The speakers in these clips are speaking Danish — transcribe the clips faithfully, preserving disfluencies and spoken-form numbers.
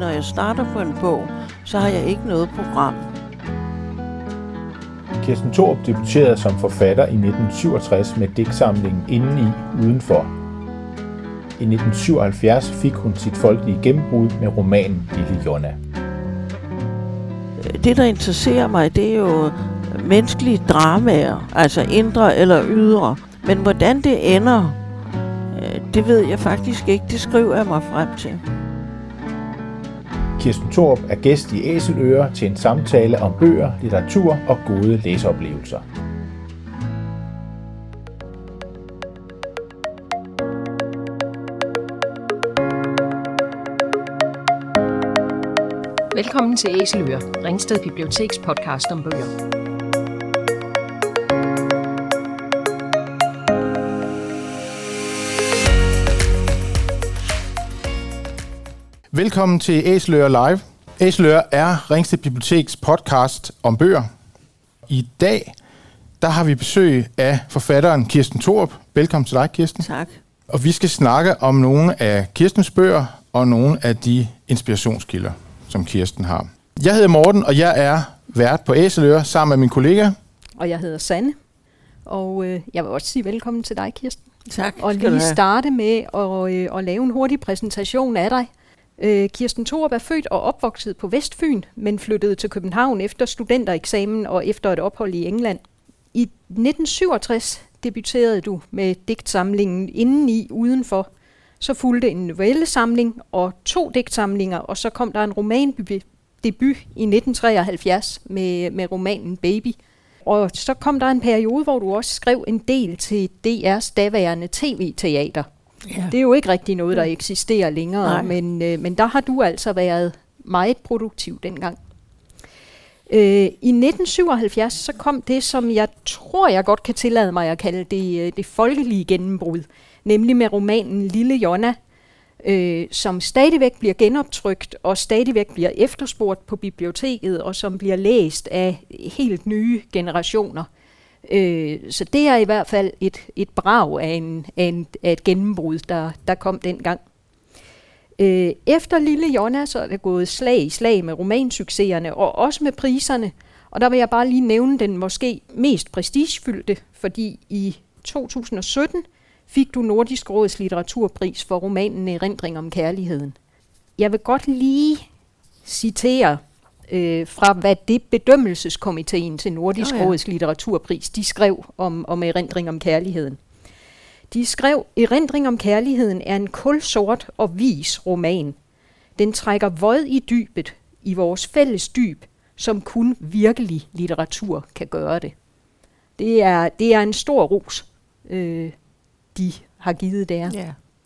når jeg starter på en bog, så har jeg ikke noget program. Kirsten Thorup debuterede som forfatter i nitten syvogtres med digtsamlingen Indeni Udenfor. I nitten syvoghalvfjerds fik hun sit folkelige gennembrud med romanen Lille Jonna. Det, der interesserer mig, det er jo menneskelige dramaer, altså indre eller ydre. Men hvordan det ender, det ved jeg faktisk ikke. Det skriver jeg mig frem til. Kirsten Thorup er gæst i Æseløer til en samtale om bøger, litteratur og gode læseoplevelser. Velkommen til Æseløer, Ringsted Biblioteks podcast om bøger. Velkommen til Æseløer Live. Æseløer er Ringsted Biblioteks podcast om bøger. I dag der har vi besøg af forfatteren Kirsten Thorup. Velkommen til dig, Kirsten. Tak. Og vi skal snakke om nogle af Kirstens bøger og nogle af de inspirationskilder, som Kirsten har. Jeg hedder Morten, og jeg er vært på Æseløer sammen med min kollega. Og jeg hedder Sanne. Og øh, jeg vil også sige velkommen til dig, Kirsten. Tak. Og lige starte med at, øh, at lave en hurtig præsentation af dig. Øh, Kirsten Thorup er født og opvokset på Vestfyn, men flyttede til København efter studentereksamen og efter et ophold i England. I nitten syvogtres debuterede du med digtsamlingen Indeni Udenfor. Så fulgte en novellesamling og to digtsamlinger, og så kom der en romandebut i nitten treoghalvfjerds med, med romanen Baby. Og så kom der en periode, hvor du også skrev en del til D R's daværende tv-teater. Ja. Det er jo ikke rigtig noget, der eksisterer længere, men, øh, men der har du altså været meget produktiv dengang. Øh, I nitten syvoghalvfjerds så kom det, som jeg tror, jeg godt kan tillade mig at kalde det, det folkelige gennembrud, nemlig med romanen Lille Jonna, øh, som stadigvæk bliver genoptrykt og stadigvæk bliver efterspurgt på biblioteket, og som bliver læst af helt nye generationer. Øh, så det er i hvert fald et, et brag af, en, af, en, af et gennembrud, der, der kom dengang. Øh, efter Lille Jonna, så er det gået slag i slag med romansucceserne, og også med priserne. Og der vil jeg bare lige nævne den måske mest prestigefyldte, fordi i to tusind og sytten fik du Nordisk Råds litteraturpris for romanen Erindring om kærligheden. Jeg vil godt lige citere øh, fra, hvad det bedømmelseskomiteen til Nordisk oh, ja. Råds litteraturpris, de skrev om, om Erindring om kærligheden. De skrev, Erindring om kærligheden er en kulsort og vis roman. Den trækker vod i dybet, i vores fælles dyb, som kun virkelig litteratur kan gøre det. Det er, det er en stor ros, øh, de har givet der. Yeah.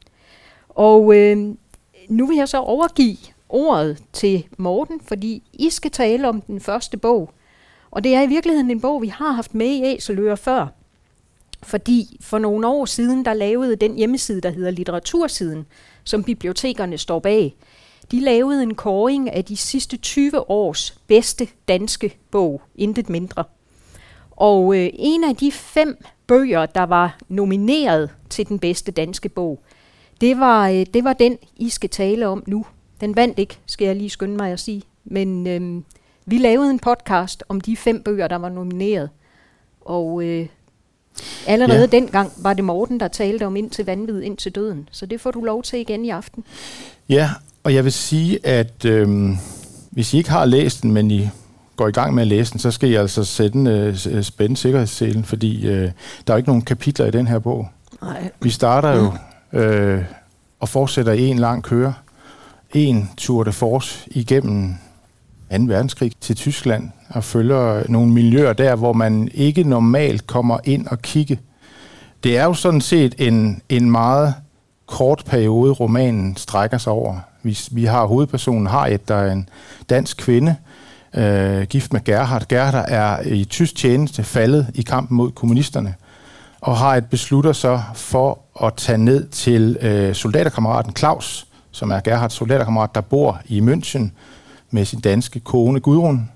Og øh, nu vil jeg så overgive ordet til Morten, fordi I skal tale om den første bog. Og det er i virkeligheden en bog, vi har haft med i Æseløer før. Fordi for nogle år siden, der lavede den hjemmeside, der hedder Litteratursiden, som bibliotekerne står bag, de lavede en kåring af de sidste tyve års bedste danske bog, intet mindre. Og øh, en af de fem bøger, der var nomineret til den bedste danske bog, det var, øh, det var den, I skal tale om nu. Den vandt ikke, skal jeg lige skynde mig at sige. Men øh, vi lavede en podcast om de fem bøger, der var nomineret. Og øh, allerede ja. dengang var det Morten, der talte om Indtil vanvid, indtil døden. Så det får du lov til igen i aften. Ja, og jeg vil sige, at øh, hvis I ikke har læst den, men I går i gang med at læse den, så skal I altså sætte en øh, spænde sikkerhedsselen, fordi øh, der er ikke nogen kapitler i den her bog. Nej. Vi starter jo øh, og fortsætter i en lang køre. En tour de force igennem anden verdenskrig til Tyskland og følger nogle miljøer der, hvor man ikke normalt kommer ind og kigge. Det er jo sådan set en, en meget kort periode, romanen strækker sig over. Vi, vi har hovedpersonen Harriet, der er en dansk kvinde, øh, gift med Gerhard. Gerhard er i tysk tjeneste faldet i kampen mod kommunisterne, og Harriet beslutter sig for at tage ned til øh, soldaterkammeraten Claus, som er Gerhards soldaterkammerat, der bor i München med sin danske kone Gudrun,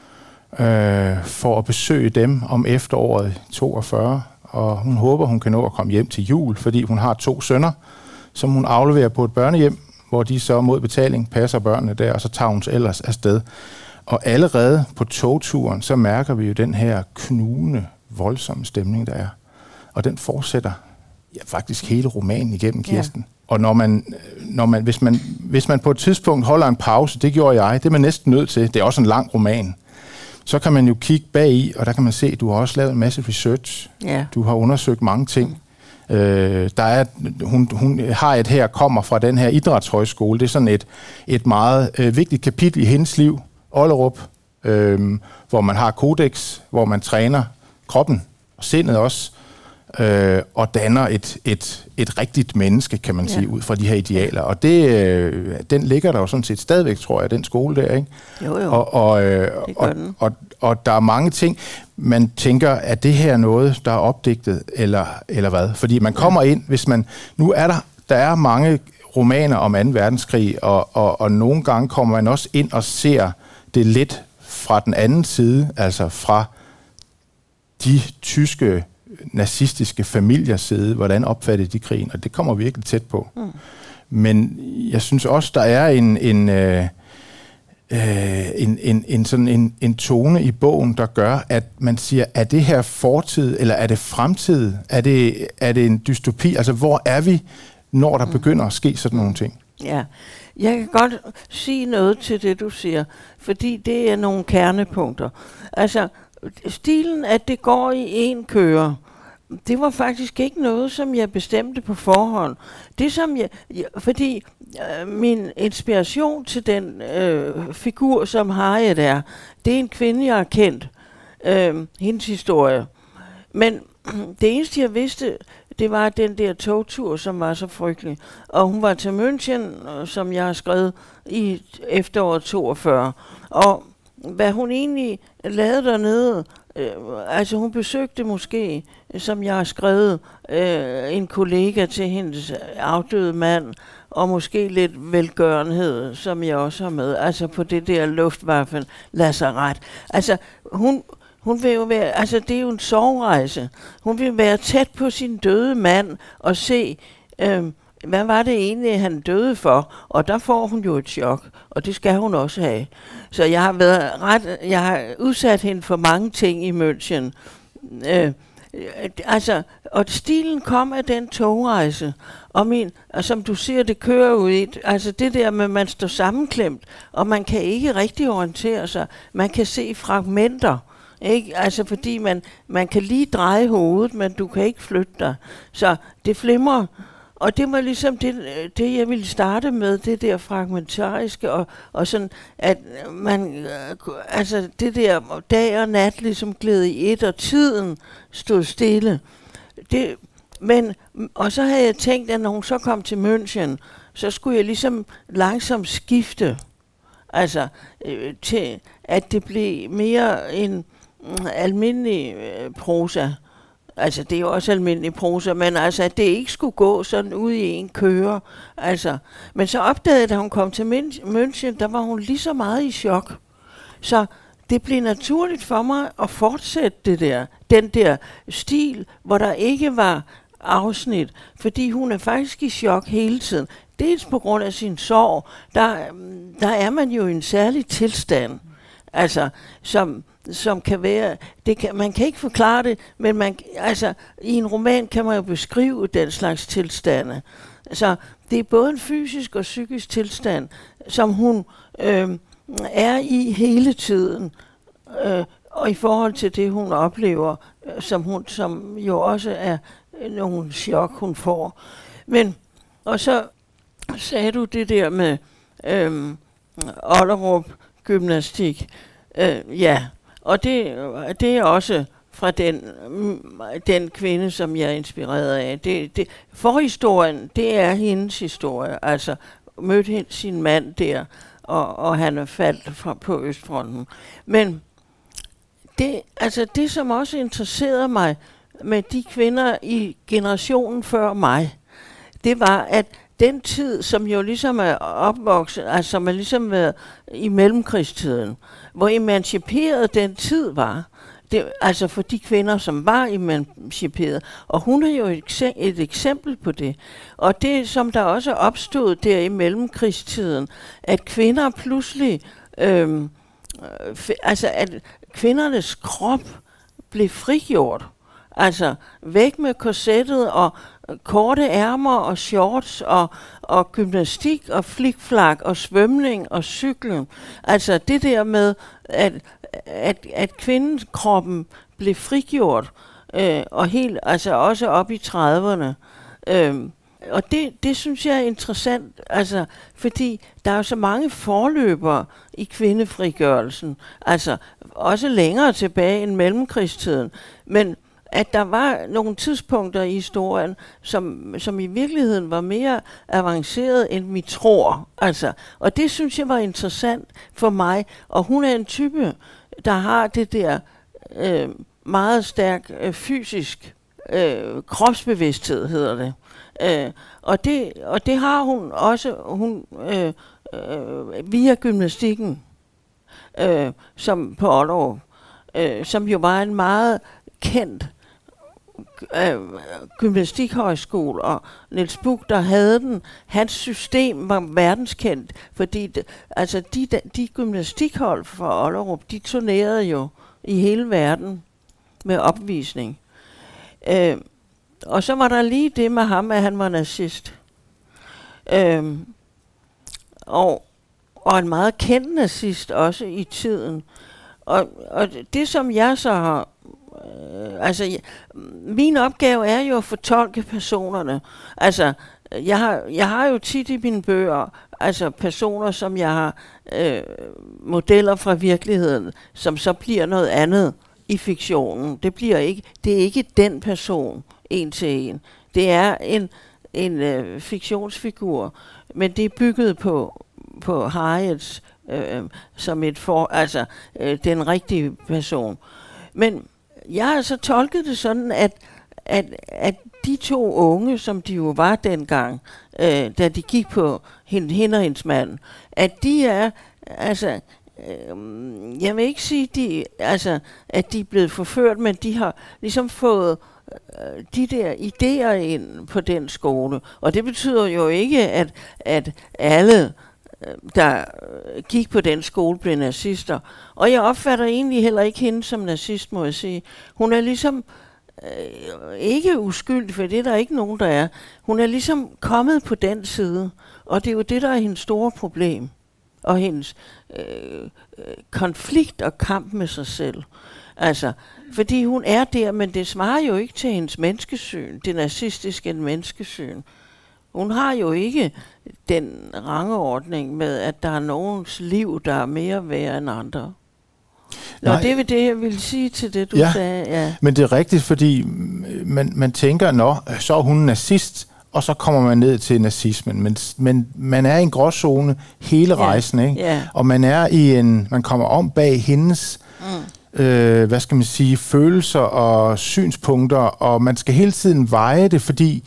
øh, for at besøge dem om efteråret toogfyrre. Og hun håber, hun kan nå at komme hjem til jul, fordi hun har to sønner, som hun afleverer på et børnehjem, hvor de så mod betaling passer børnene der, og så tager hun ellers afsted. Og allerede på togturen, så mærker vi jo den her knugende, voldsomme stemning, der er. Og den fortsætter ja, faktisk hele romanen igennem, Kirsten. Ja. Og når man, når man, hvis, man, hvis man på et tidspunkt holder en pause, det gjorde jeg, det er man næsten nødt til, det er også en lang roman, så kan man jo kigge bag i, og der kan man se, at du har også lavet en masse research. Ja. Du har undersøgt mange ting. Øh, der er, hun, hun har et her, kommer fra den her idrætshøjskole. Det er sådan et, et meget øh, vigtigt kapitel i hendes liv, Ollerup, øh, hvor man har kodex, hvor man træner kroppen og sindet også, øh, og danner et, et, et rigtigt menneske, kan man sige, ja. ud fra de her idealer. Og det, øh, den ligger der jo sådan set stadigvæk, tror jeg, den skole der, ikke? Jo, jo. Og, og, øh, og, og, og der er mange ting, man tænker, er det her noget, der er opdigtet, eller, eller hvad? Fordi man kommer ind, hvis man... Nu er der, der er mange romaner om anden verdenskrig, og, og, og nogle gange kommer man også ind og ser det lidt fra den anden side, altså fra de tyske nazistiske familiers side, hvordan opfattede de krigen, og det kommer virkelig tæt på. Mm. Men jeg synes også, der er en, en, øh, en, en, en, sådan en, en tone i bogen, der gør, at man siger, er det her fortid, eller er det fremtid? Er det, er det en dystopi? Altså, hvor er vi, når der mm. begynder at ske sådan nogle ting? Ja, jeg kan godt sige noget til det, du siger, fordi det er nogle kernepunkter. Altså, stilen, at det går i en køre, det var faktisk ikke noget, som jeg bestemte på forhånd. Det som jeg, jeg fordi øh, min inspiration til den øh, figur, som Harriet er, det er en kvinde, jeg har kendt, øh, hendes historie. Men det eneste, jeg vidste, det var den der togtur, som var så frygtelig. Og hun var til München, som jeg har skrevet i efteråret toogfyrre. Og hvad hun egentlig lavede dernede, øh, altså hun besøgte måske, som jeg har skrevet, øh, en kollega til hendes afdøde mand, og måske lidt velgørenhed, som jeg også har med, altså på det der Luftwaffen lazaret. Altså hun... Hun vil jo være, altså det er jo en sorgrejse. Hun vil være tæt på sin døde mand og se, øh, hvad var det egentlig, han døde for? Og der får hun jo et chok, og det skal hun også have. Så jeg har været ret, jeg har udsat hende for mange ting i München. Øh, altså, og stilen kom af den togrejse. Og min, og som du siger, det kører ud i, altså det der med, at man står sammenklemt, og man kan ikke rigtig orientere sig. Man kan se fragmenter. Ikke? Altså fordi man, man kan lige dreje hovedet, men du kan ikke flytte dig. Så det flimrer. Og det var ligesom det, det jeg ville starte med, det der fragmentariske, og, og sådan, at man, altså det der dag og nat ligesom gled i et, og tiden stod stille. Det, men, og så havde jeg tænkt, at når hun så kom til München, så skulle jeg ligesom langsomt skifte. Altså, øh, til at det blev mere en almindelig øh, prosa. Altså, det er jo også almindelig prosa, men altså, at det ikke skulle gå sådan ud i en køre. Altså, men så opdagede jeg, da hun kom til München, der var hun lige så meget i chok. Så det blev naturligt for mig at fortsætte det der, den der stil, hvor der ikke var afsnit, fordi hun er faktisk i chok hele tiden. Dels på grund af sin sorg, der, der er man jo i en særlig tilstand, altså, som, som kan være, det kan, man kan ikke forklare det, men man, altså, i en roman kan man jo beskrive den slags tilstande. Så det er både en fysisk og psykisk tilstand, som hun øh, er i hele tiden, øh, og i forhold til det, hun oplever, øh, som, hun, som jo også er nogle chok, hun får. Men, og så sagde du det der med øh, Ollerup gymnastik. Øh, ja, og det, det er også fra den, den kvinde, som jeg er inspireret af. Det, det, forhistorien, det er hendes historie. Altså, mødte sin mand der, og, og han er faldt fra, på Østfronten. Men det, altså det, som også interesserede mig med de kvinder i generationen før mig, det var, at den tid, som jo ligesom er opvokset, altså som er ligesom været i mellemkrigstiden, hvor emanciperet den tid var, det, altså for de kvinder, som var emanciperet. Og hun er jo et, ekse- et eksempel på det. Og det, som der også opstod der i mellemkrigstiden, at kvinder pludselig, øh, f- altså at kvindernes krop blev frigjort. Altså væk med korsettet og korte ærmer og shorts og, og gymnastik og flikflak og svømning og cykling. Altså det der med, at, at, at kvindens kroppen blev frigjort, øh, og helt, altså også op i trediverne. Øh, og det, det synes jeg er interessant, altså, fordi der er jo så mange forløbere i kvindefrigørelsen, altså også længere tilbage end mellemkrigstiden, men at der var nogle tidspunkter i historien, som, som i virkeligheden var mere avanceret, end vi tror. Altså, og det synes jeg var interessant for mig. Og hun er en type, der har det der øh, meget stærk øh, fysisk øh, kropsbevidsthed, hedder det. Øh, og det. Og det har hun også hun, øh, øh, via gymnastikken, øh, som på Ollerup, øh, som jo var en meget kendt øh, gymnastikhøjskole, og Niels Buch, der havde den, hans system var verdenskendt, fordi det, altså de, de gymnastikhold fra Ollerup, de turnerede jo i hele verden med opvisning. Øh, og så var der lige det med ham, at han var nazist. Øh, og, og en meget kendt nazist også i tiden. Og, og det, som jeg så har Øh, altså, jeg, min opgave er jo at fortolke personerne. Altså, jeg har, jeg har jo tit i mine bøger, altså personer, som jeg har øh, modeller fra virkeligheden, som så bliver noget andet i fiktionen. Det bliver ikke, det er ikke den person, en til en. Det er en, en øh, fiktionsfigur, men det er bygget på, på Harriets øh, som et for, altså øh, den rigtige person. Men jeg har så tolket det sådan, at, at, at de to unge, som de jo var dengang, øh, da de gik på hende, hende og hendes mand, at de er, altså, øh, jeg vil ikke sige, de, altså, at de er blevet forført, men de har ligesom fået øh, de der idéer ind på den skole. Og det betyder jo ikke, at, at alle der gik på den skole, blev nazister. Og jeg opfatter egentlig heller ikke hende som nazist, må jeg sige. Hun er ligesom øh, ikke uskyldig, for det er der ikke nogen, der er. Hun er ligesom kommet på den side, og det er jo det, der er hendes store problem. Og hendes øh, konflikt og kamp med sig selv. Altså, fordi hun er der, men det svarer jo ikke til hendes menneskesyn, det nazistiske menneskesyn. Hun har jo ikke den rangeordning med, at der er nogens liv, der er mere værd end andre. Nå, det er det, jeg vil sige til det, du ja, sagde. Ja, men det er rigtigt, fordi man, man tænker, nå, så er hun nazist, og så kommer man ned til nazismen. Men, men man er i en gråzone hele ja, rejsen, ikke? Ja. Og man er i en, man kommer om bag hendes, mm. øh, hvad skal man sige, følelser og synspunkter, og man skal hele tiden veje det, fordi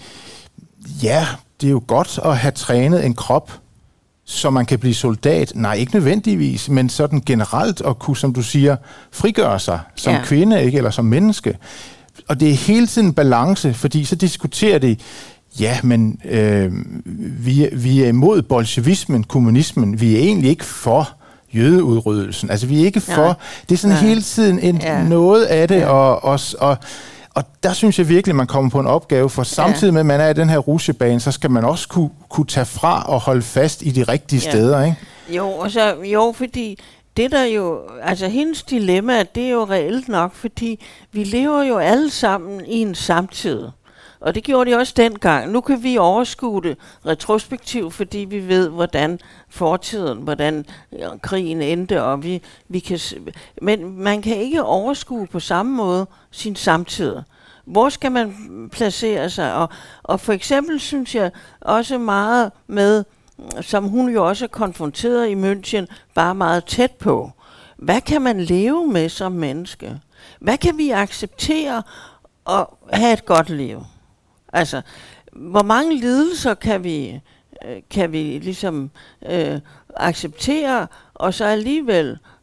ja, det er jo godt at have trænet en krop, så man kan blive soldat. Nej, ikke nødvendigvis, men sådan generelt at kunne, som du siger, frigøre sig som ja. kvinde, ikke, eller som menneske. Og det er hele tiden balance, fordi så diskuterer de, ja, men øh, vi, vi er imod bolsjevismen, kommunismen, vi er egentlig ikke for jødeudryddelsen. Altså, vi er ikke for... Ja. Det er sådan ja. hele tiden en, ja. noget af det, ja. og... og, og Og der synes jeg virkelig, man kommer på en opgave, for samtidig ja. med, at man er i den her rutsjebane, så skal man også kunne, kunne tage fra og holde fast i de rigtige ja. steder, ikke? Jo, og så, jo, fordi det der jo, altså hendes dilemma, det er jo reelt nok, fordi vi lever jo alle sammen i en samtid. Og det gjorde de også dengang. Nu kan vi overskue det retrospektivt, fordi vi ved, hvordan fortiden, hvordan krigen endte, og vi, vi kan, men man kan ikke overskue på samme måde sin samtid. Hvor skal man placere sig? Og, og for eksempel synes jeg også meget med, som hun jo også er konfronteret i München, bare meget tæt på. Hvad kan man leve med som menneske? Hvad kan vi acceptere og have et godt liv? Altså, hvor mange lidelser kan vi, øh, kan vi ligesom øh, acceptere, og så alligevel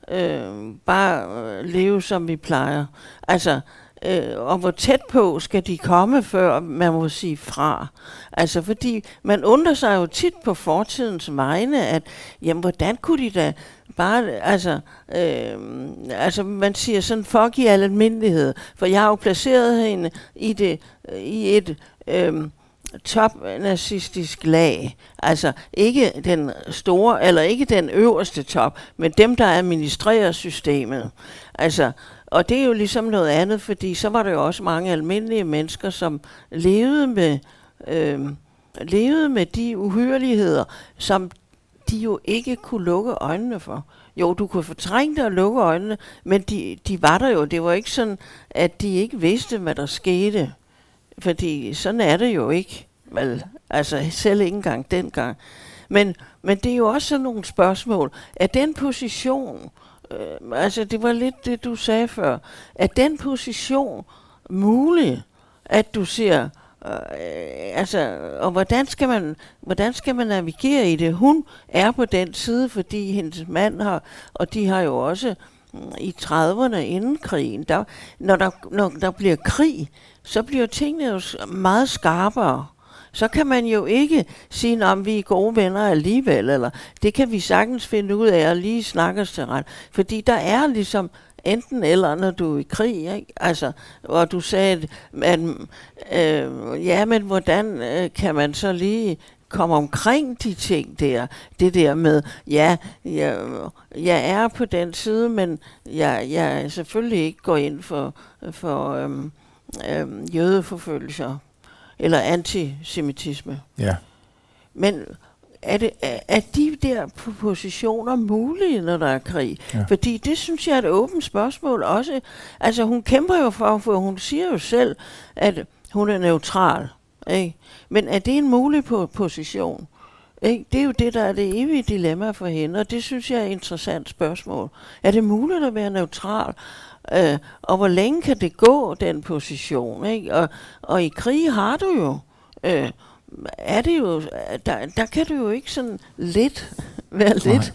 øh, bare øh, leve, som vi plejer. Altså, øh, og hvor tæt på skal de komme, før man må sige fra. Altså, fordi man undrer sig jo tit på fortidens vegne, at, jamen, hvordan kunne de da bare, altså, øh, altså man siger sådan, fuck i al almindelighed, for jeg har jo placeret hende i, det, i et øh, top-nazistisk lag, altså ikke den store, eller ikke den øverste top, men dem, der administrerer systemet. Altså, og det er jo ligesom noget andet, fordi så var der jo også mange almindelige mennesker, som levede med, øh, levede med de uhyreligheder, som de jo ikke kunne lukke øjnene for. Jo, du kunne fortrænge det og lukke øjnene, men de, de var der jo. Det var ikke sådan, at de ikke vidste, hvad der skete. Fordi sådan er det jo ikke. Vel, altså selv ikke engang dengang. Men, men det er jo også sådan nogle spørgsmål. Er den position, øh, altså det var lidt det, du sagde før, er den position mulig, at du siger, øh, altså, og hvordan skal man, hvordan skal man navigere i det? Hun er på den side, fordi hendes mand har, og de har jo også i trediverne inden krigen, der, når, der, når der bliver krig, så bliver tingene jo meget skarpere. Så kan man jo ikke sige, om vi er gode venner alligevel, eller det kan vi sagtens finde ud af at lige snakke os til ret. Fordi der er ligesom enten eller, når du er i krig, ikke? Altså, og du sagde, at øh, ja, men hvordan øh, kan man så lige komme omkring de ting der, det der med, ja, jeg, jeg er på den side, men jeg, jeg selvfølgelig ikke går ind for, for øhm, øhm, jødeforfølgelser eller antisemitisme. Ja. Men er, det, er, er de der positioner mulige, når der er krig? Ja. Fordi det synes jeg er et åbent spørgsmål også. Altså hun kæmper jo for, for hun siger jo selv, at hun er neutral. Ikke? Men er det en mulig po- position? Ikke? Det er jo det, der er det evige dilemma for hende, og det synes jeg er et interessant spørgsmål. Er det muligt at være neutral? Øh, og hvor længe kan det gå, den position? Ikke? Og, og i krig har du jo, øh, er det jo, der, der kan du jo ikke sådan lidt være lidt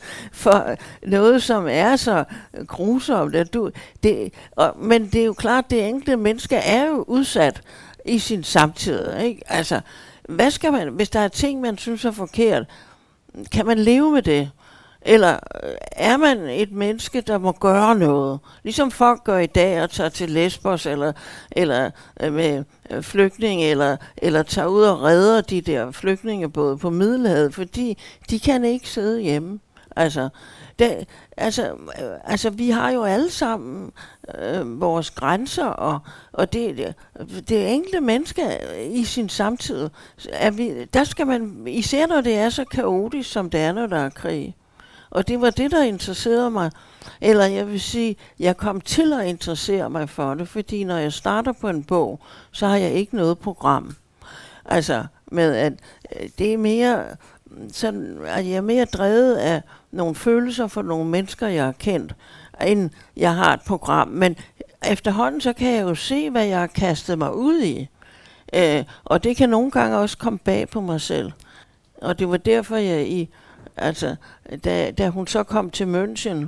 for noget, som er så grusomt. At du, det, og, men det er jo klart, det enkelte menneske er jo udsat i sin samtid, ikke? Altså, hvad skal man, hvis der er ting, man synes er forkert, kan man leve med det? Eller er man et menneske, der må gøre noget? Ligesom folk gør i dag og tager til Lesbos, eller, eller med flygtninge, eller, eller tager ud og redder de der flygtningebåde på Middelhavet, fordi de kan ikke sidde hjemme. Altså, det, altså, altså vi har jo alle sammen øh, vores grænser, og, og det, det, det enkelte menneske i sin samtid, er vi, der skal man, især når det er så kaotisk, som det er, når der er krig. Og det var det, der interesserede mig. Eller jeg vil sige, jeg kom til at interessere mig for det, fordi når jeg starter på en bog, så har jeg ikke noget program. Altså, med at det er mere sådan, at jeg er mere drevet af nogle følelser for nogle mennesker, jeg har kendt, end jeg har et program. Men efterhånden, så kan jeg jo se, hvad jeg har kastet mig ud i. Øh, og det kan nogle gange også komme bag på mig selv. Og det var derfor, jeg i Altså, da, da hun så kom til München,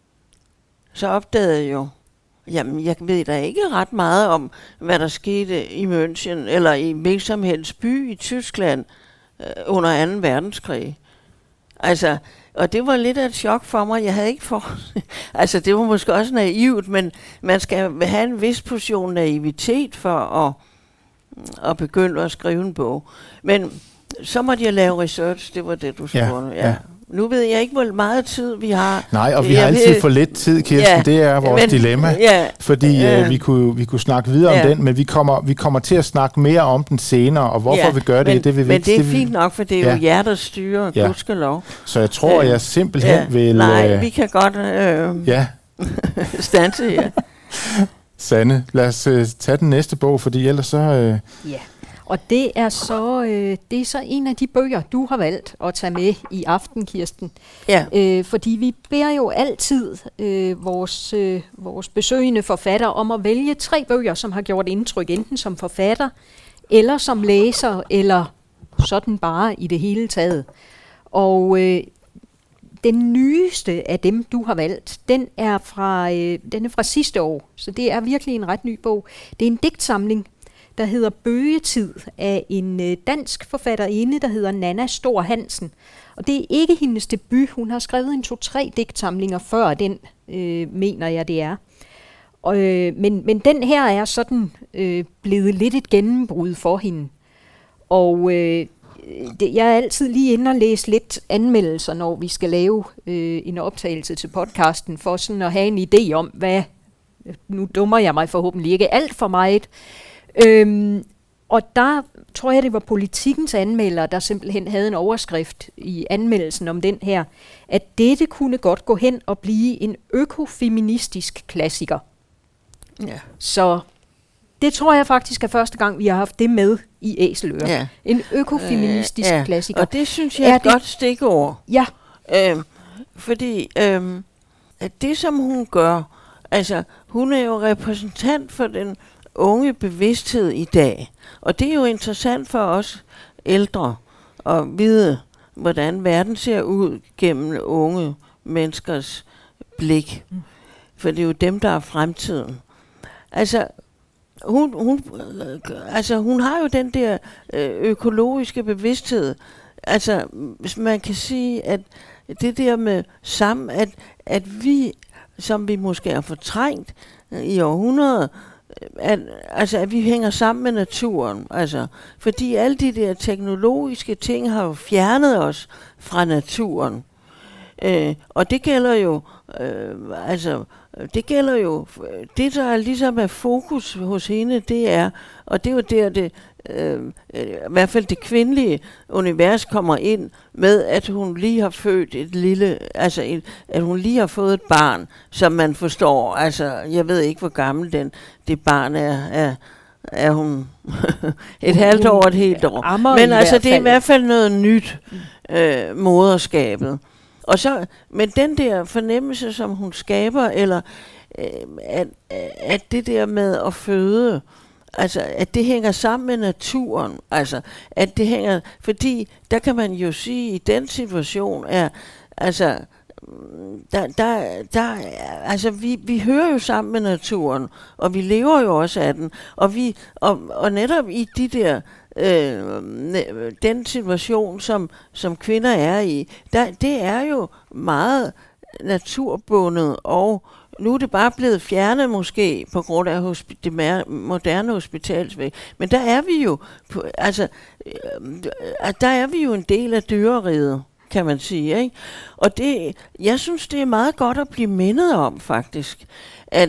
så opdagede jeg jo, jamen, jeg ved da ikke ret meget om, hvad der skete i München, eller i hvilken som helst by i Tyskland øh, under anden verdenskrig. Altså, og det var lidt af et chok for mig. Jeg havde ikke for... altså, det var måske også naivt, men man skal have en vis portion naivitet for at, at begynde at skrive en bog. Men så måtte jeg lave research, det var det, du spurgte. Ja, ja. Nu ved jeg ikke, hvor meget tid vi har. Nej, og vi har altid for lidt tid, Kirsten. Ja, det er vores men, dilemma. Ja, fordi øh, vi, kunne, vi kunne snakke videre ja. om den, men vi kommer, vi kommer til at snakke mere om den senere, og hvorfor ja, vi gør det, men, det vil vi Men ikke. det er fint nok, for det er ja. jo jer, der styrer, ja. gudskelov. Så jeg tror, øh, jeg simpelthen ja. vil... Nej, øh, vi kan godt øh, ja. standse her. Sanne, lad os øh, tage den næste bog, fordi ellers så... Øh, ja. Og det er så øh, det er så en af de bøger, du har valgt at tage med i aften, Kirsten. Ja. Øh, fordi vi beder jo altid øh, vores, øh, vores besøgende forfatter om at vælge tre bøger, som har gjort indtryk, enten som forfatter, eller som læser, eller sådan bare i det hele taget. Og øh, den nyeste af dem, du har valgt, den er, fra, øh, den er fra sidste år, så det er virkelig en ret ny bog. Det er en digtsamling, der hedder Bøgetid, af en øh, dansk forfatterinde, der hedder Nanna Stor Hansen. Og det er ikke hendes debut. Hun har skrevet en to-tre digtsamlinger før den, øh, mener jeg det er. Og, øh, men, men den her er sådan øh, blevet lidt et gennembrud for hende. Og øh, det, jeg er altid lige inde og læse lidt anmeldelser, når vi skal lave øh, en optagelse til podcasten, for sådan at have en idé om, hvad, nu dummer jeg mig forhåbentlig ikke alt for meget. Øhm, og der tror jeg, det var Politikens anmelder, der simpelthen havde en overskrift i anmeldelsen om den her, at dette kunne godt gå hen og blive en økofeministisk klassiker. Ja. Så det tror jeg faktisk er første gang, vi har haft det med i Æseløer. Ja. En økofeministisk øh, ja. klassiker. Og det synes jeg er, er et det... godt stikord. Ja. Øhm, fordi øhm, at det, som hun gør, altså hun er jo repræsentant for den unge bevidsthed i dag. Og det er jo interessant for os ældre at vide, hvordan verden ser ud gennem unge menneskers blik. Mm. For det er jo dem, der er fremtiden. Altså hun, hun, altså, hun har jo den der økologiske bevidsthed. Altså, man kan sige, at det der med sammen, at, at vi, som vi måske er fortrængt i århundreder, at, altså, at vi hænger sammen med naturen. Altså, fordi alle de der teknologiske ting har jo fjernet os fra naturen. Øh, og det gælder jo, øh, altså, det gælder jo, det der ligesom er fokus hos hende, det er, og det er jo der, det, øh, i hvert fald det kvindelige univers kommer ind med, at hun lige har født et lille, altså et, at hun lige har fået et barn, som man forstår, altså, jeg ved ikke, hvor gammel den, det barn er, er er hun et halvt år, et helt år. Men altså, det er i hvert fald noget nyt, øh, moderskabet. Og så, men den der fornemmelse, som hun skaber, eller øh, at, at det der med at føde, altså at det hænger sammen med naturen, altså at det hænger, fordi der kan man jo sige, i den situation er, altså der, der, der, altså vi, vi hører jo sammen med naturen, og vi lever jo også af den, og vi, og, og netop i de der Øh, den situation, som, som kvinder er i, der, det er jo meget naturbundet, og nu er det bare blevet fjernet måske på grund af hospi- det mer- moderne hospitalsvæg. Men der er vi jo, på, altså, øh, der er vi jo en del af dyreriget, kan man sige, ikke? Og det, jeg synes, det er meget godt at blive mindet om, faktisk, at,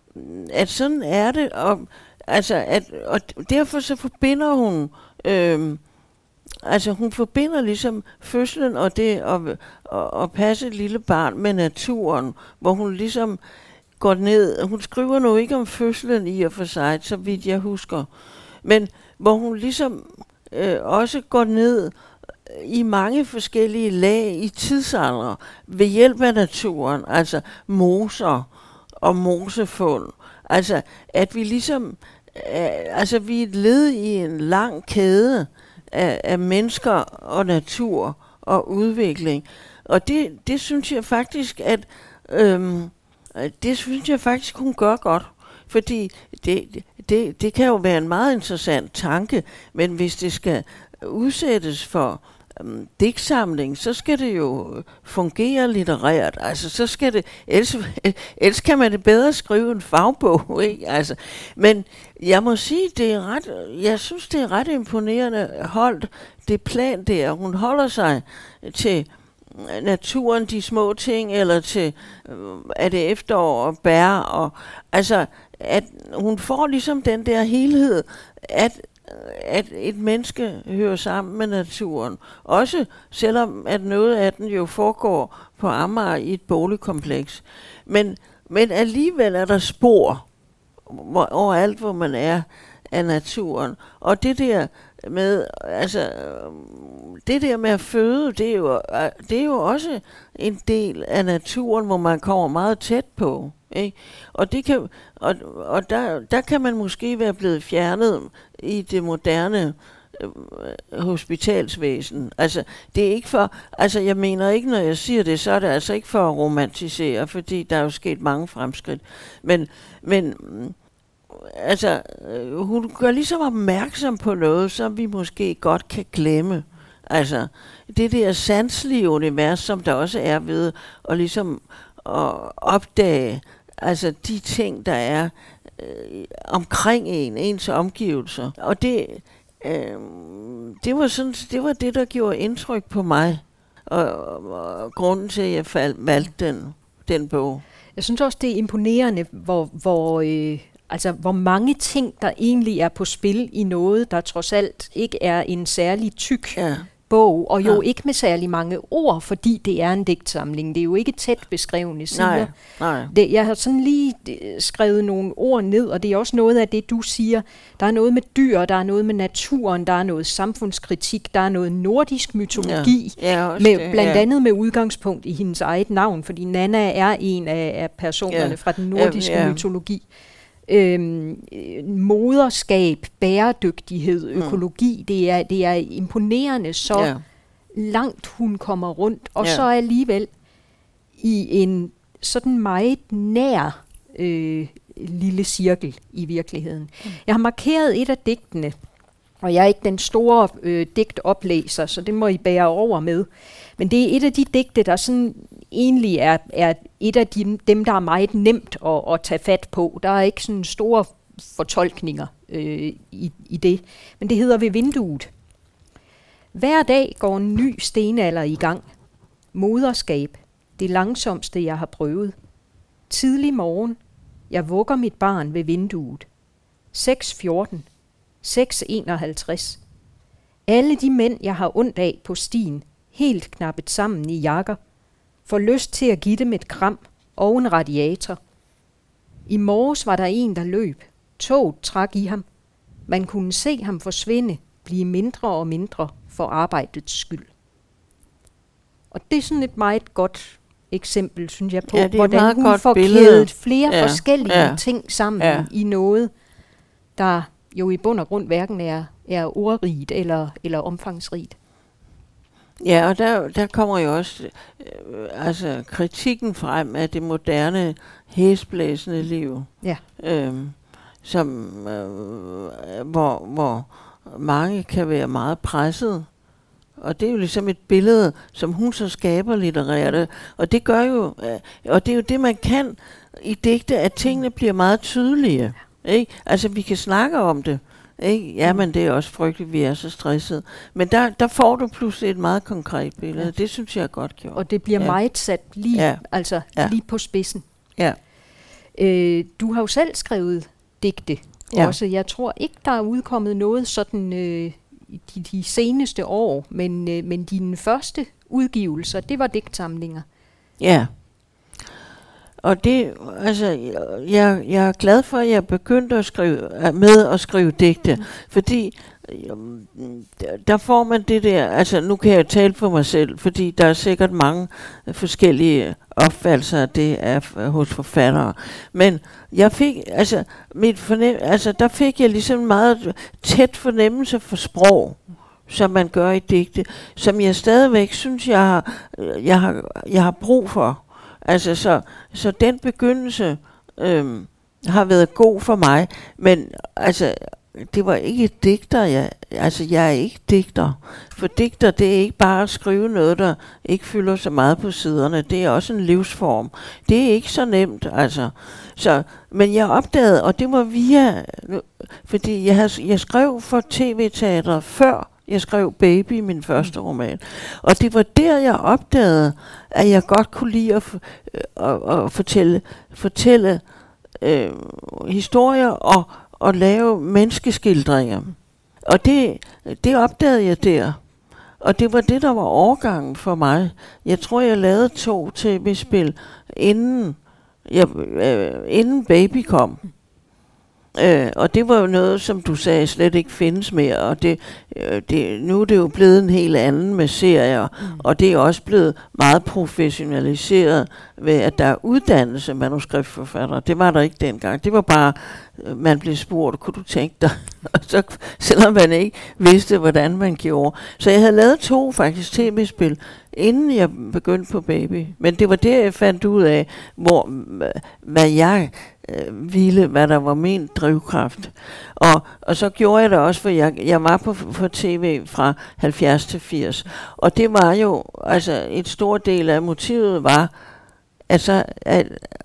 at sådan er det, og altså, at, og derfor så forbinder hun, øhm, altså hun forbinder ligesom fødslen og det at, at, at passe et lille barn med naturen, hvor hun ligesom går ned, hun skriver nu ikke om fødslen i og for sig, så vidt jeg husker, men hvor hun ligesom øh, også går ned i mange forskellige lag i tidsaldre ved hjælp af naturen, altså moser og mosefund, altså at vi ligesom altså vi er et led i en lang kæde af, af mennesker og natur og udvikling. Og det, det synes jeg faktisk, at øhm, det synes jeg faktisk, hun gør godt. Fordi det, det, det kan jo være en meget interessant tanke, men hvis det skal udsættes for um, digtsamling, så skal det jo fungere litterært. Altså, så skal det, ellers, ellers kan man det bedre skrive en fagbog, ikke? Altså, men jeg må sige, det er ret, jeg synes, det er ret imponerende holdt, det plan der. Hun holder sig til naturen, de små ting, eller til, er det efterår og bær, og altså, at hun får ligesom den der helhed, at at et menneske hører sammen med naturen. Også selvom at noget af den jo foregår på Amager i et boligkompleks. Men, men alligevel er der spor hvor, overalt, hvor man er af naturen. Og det der med, altså, det der med at føde, det er jo, det er jo også en del af naturen, hvor man kommer meget tæt på. Ikke? Og, det kan, og, og der, der kan man måske være blevet fjernet i det moderne øh, hospitalsvæsen. Altså, det er ikke for, altså jeg mener ikke, når jeg siger det, så er det altså ikke for at romantisere, fordi der er jo sket mange fremskridt. Men, men altså, øh, hun gør ligesom opmærksom på noget, som vi måske godt kan glemme. Altså, det der sanselige univers, som der også er ved at ligesom at opdage, altså de ting, der er øh, omkring en, ens omgivelser. Og det, øh, det var sådan, det var det, der gjorde indtryk på mig, og, og, og grunden til, at jeg fald, valgte den, den bog. Jeg synes også, det er imponerende, hvor, hvor, øh, altså, hvor mange ting, der egentlig er på spil i noget, der trods alt ikke er en særlig tyk ja. bog, og jo ja. ikke med særlig mange ord, fordi det er en digtsamling. Det er jo ikke tæt beskrevne sider. Nej, nej. Det, jeg har sådan lige skrevet nogle ord ned, og det er også noget af det, du siger. Der er noget med dyr, der er noget med naturen, der er noget samfundskritik, der er noget nordisk mytologi, ja. Ja, med, det, blandt ja. andet med udgangspunkt i hendes eget navn, fordi Nanna er en af, af personerne ja. fra den nordiske ja, ja. mytologi. Øhm, moderskab, bæredygtighed, økologi, mm. det, er, det er imponerende, så ja. langt hun kommer rundt, og ja. så alligevel i en sådan meget nær øh, lille cirkel i virkeligheden. Mm. Jeg har markeret et af digtene, og jeg er ikke den store øh, digtoplæser, så det må I bære over med. Men det er et af de digte, der sådan egentlig er, er et af de, dem, der er meget nemt at, at tage fat på. Der er ikke sådan store fortolkninger øh, i, i det. Men det hedder Ved vinduet. Hver dag går en ny stenalder i gang. Moderskab. Det langsomste, jeg har prøvet. Tidlig morgen. Jeg vugger mit barn ved vinduet. seks fjorten. seks enoghalvtreds. Alle de mænd, jeg har ondt af på stien, helt knappet sammen i jakker, får lyst til at give dem et kram og en radiator. I morges var der en, der løb. Toget trak i ham. Man kunne se ham forsvinde, blive mindre og mindre for arbejdets skyld. Og det er sådan et meget godt eksempel, synes jeg, på, ja, hvordan hun får kædet flere ja, forskellige ja, ting sammen ja. i noget, der jo i bund og grund hverken er, er ordrigt eller, eller omfangsrigt. Ja, og der, der kommer jo også øh, altså kritikken frem af det moderne, hæsblæsende liv, ja. øhm, som, øh, hvor, hvor mange kan være meget presset. Og det er jo ligesom et billede, som hun så skaber litterært. Og det gør jo, øh, og det er jo det, man kan i digte, at tingene bliver meget tydelige. Ikke? Altså, vi kan snakke om det. Ikke? Jamen, det er også frygteligt, vi er så stressede. Men der, der får du pludselig et meget konkret billede. Ja. Det synes jeg er godt gjort. Og det bliver ja. meget sat lige, ja. altså, ja. lige på spidsen. Ja. Øh, du har jo selv skrevet digte ja. også. Jeg tror ikke, der er udkommet noget sådan øh, de, de seneste år, men, øh, men dine første udgivelser, det var digtsamlinger. Ja. Og det, altså, jeg, jeg er glad for, at jeg begyndte at skrive, med at skrive digte, mm. fordi der får man det der, altså nu kan jeg tale for mig selv, fordi der er sikkert mange forskellige opfattelser af det af, hos forfattere, men jeg fik, altså, mit fornem, altså der fik jeg ligesom meget tæt fornemmelse for sprog, som man gør i digte, som jeg stadigvæk synes, jeg har, jeg har, jeg har brug for. Altså, så, så den begyndelse øhm, har været god for mig, men altså, det var ikke digter, jeg, altså, jeg er ikke digter. For digter, det er ikke bare at skrive noget, der ikke fylder så meget på siderne. Det er også en livsform. Det er ikke så nemt, altså. Så, men jeg opdagede, og det var via, fordi jeg, havde, jeg skrev for tv-teatret før, jeg skrev Baby, min første roman. Og det var der, jeg opdagede, at jeg godt kunne lide at, f- at, at fortælle, fortælle øh, historier og, og lave menneskeskildringer. Og det, det opdagede jeg der. Og det var det, der var overgangen for mig. Jeg tror, jeg lavede to tv-spil, inden, jeg, øh, inden Baby kom. Øh, og det var jo noget, som du sagde, slet ikke findes mere, og det, øh, det, nu er det jo blevet en helt anden med serier, mm. og det er også blevet meget professionaliseret ved, at der er uddannelse manuskriptforfattere. Det var der ikke dengang. Det var bare, øh, man blev spurgt, kunne du tænke dig? Og så, selvom man ikke vidste, hvordan man gjorde. Så jeg havde lavet to faktisk tv-spil, inden jeg begyndte på Baby. Men det var det, jeg fandt ud af, hvor, hvad jeg øh, ville, hvad der var min drivkraft. Og, og så gjorde jeg det også, for jeg, jeg var på, på tv fra halvfjerds til firs. Og det var jo, altså et stort del af motivet var, at så, at,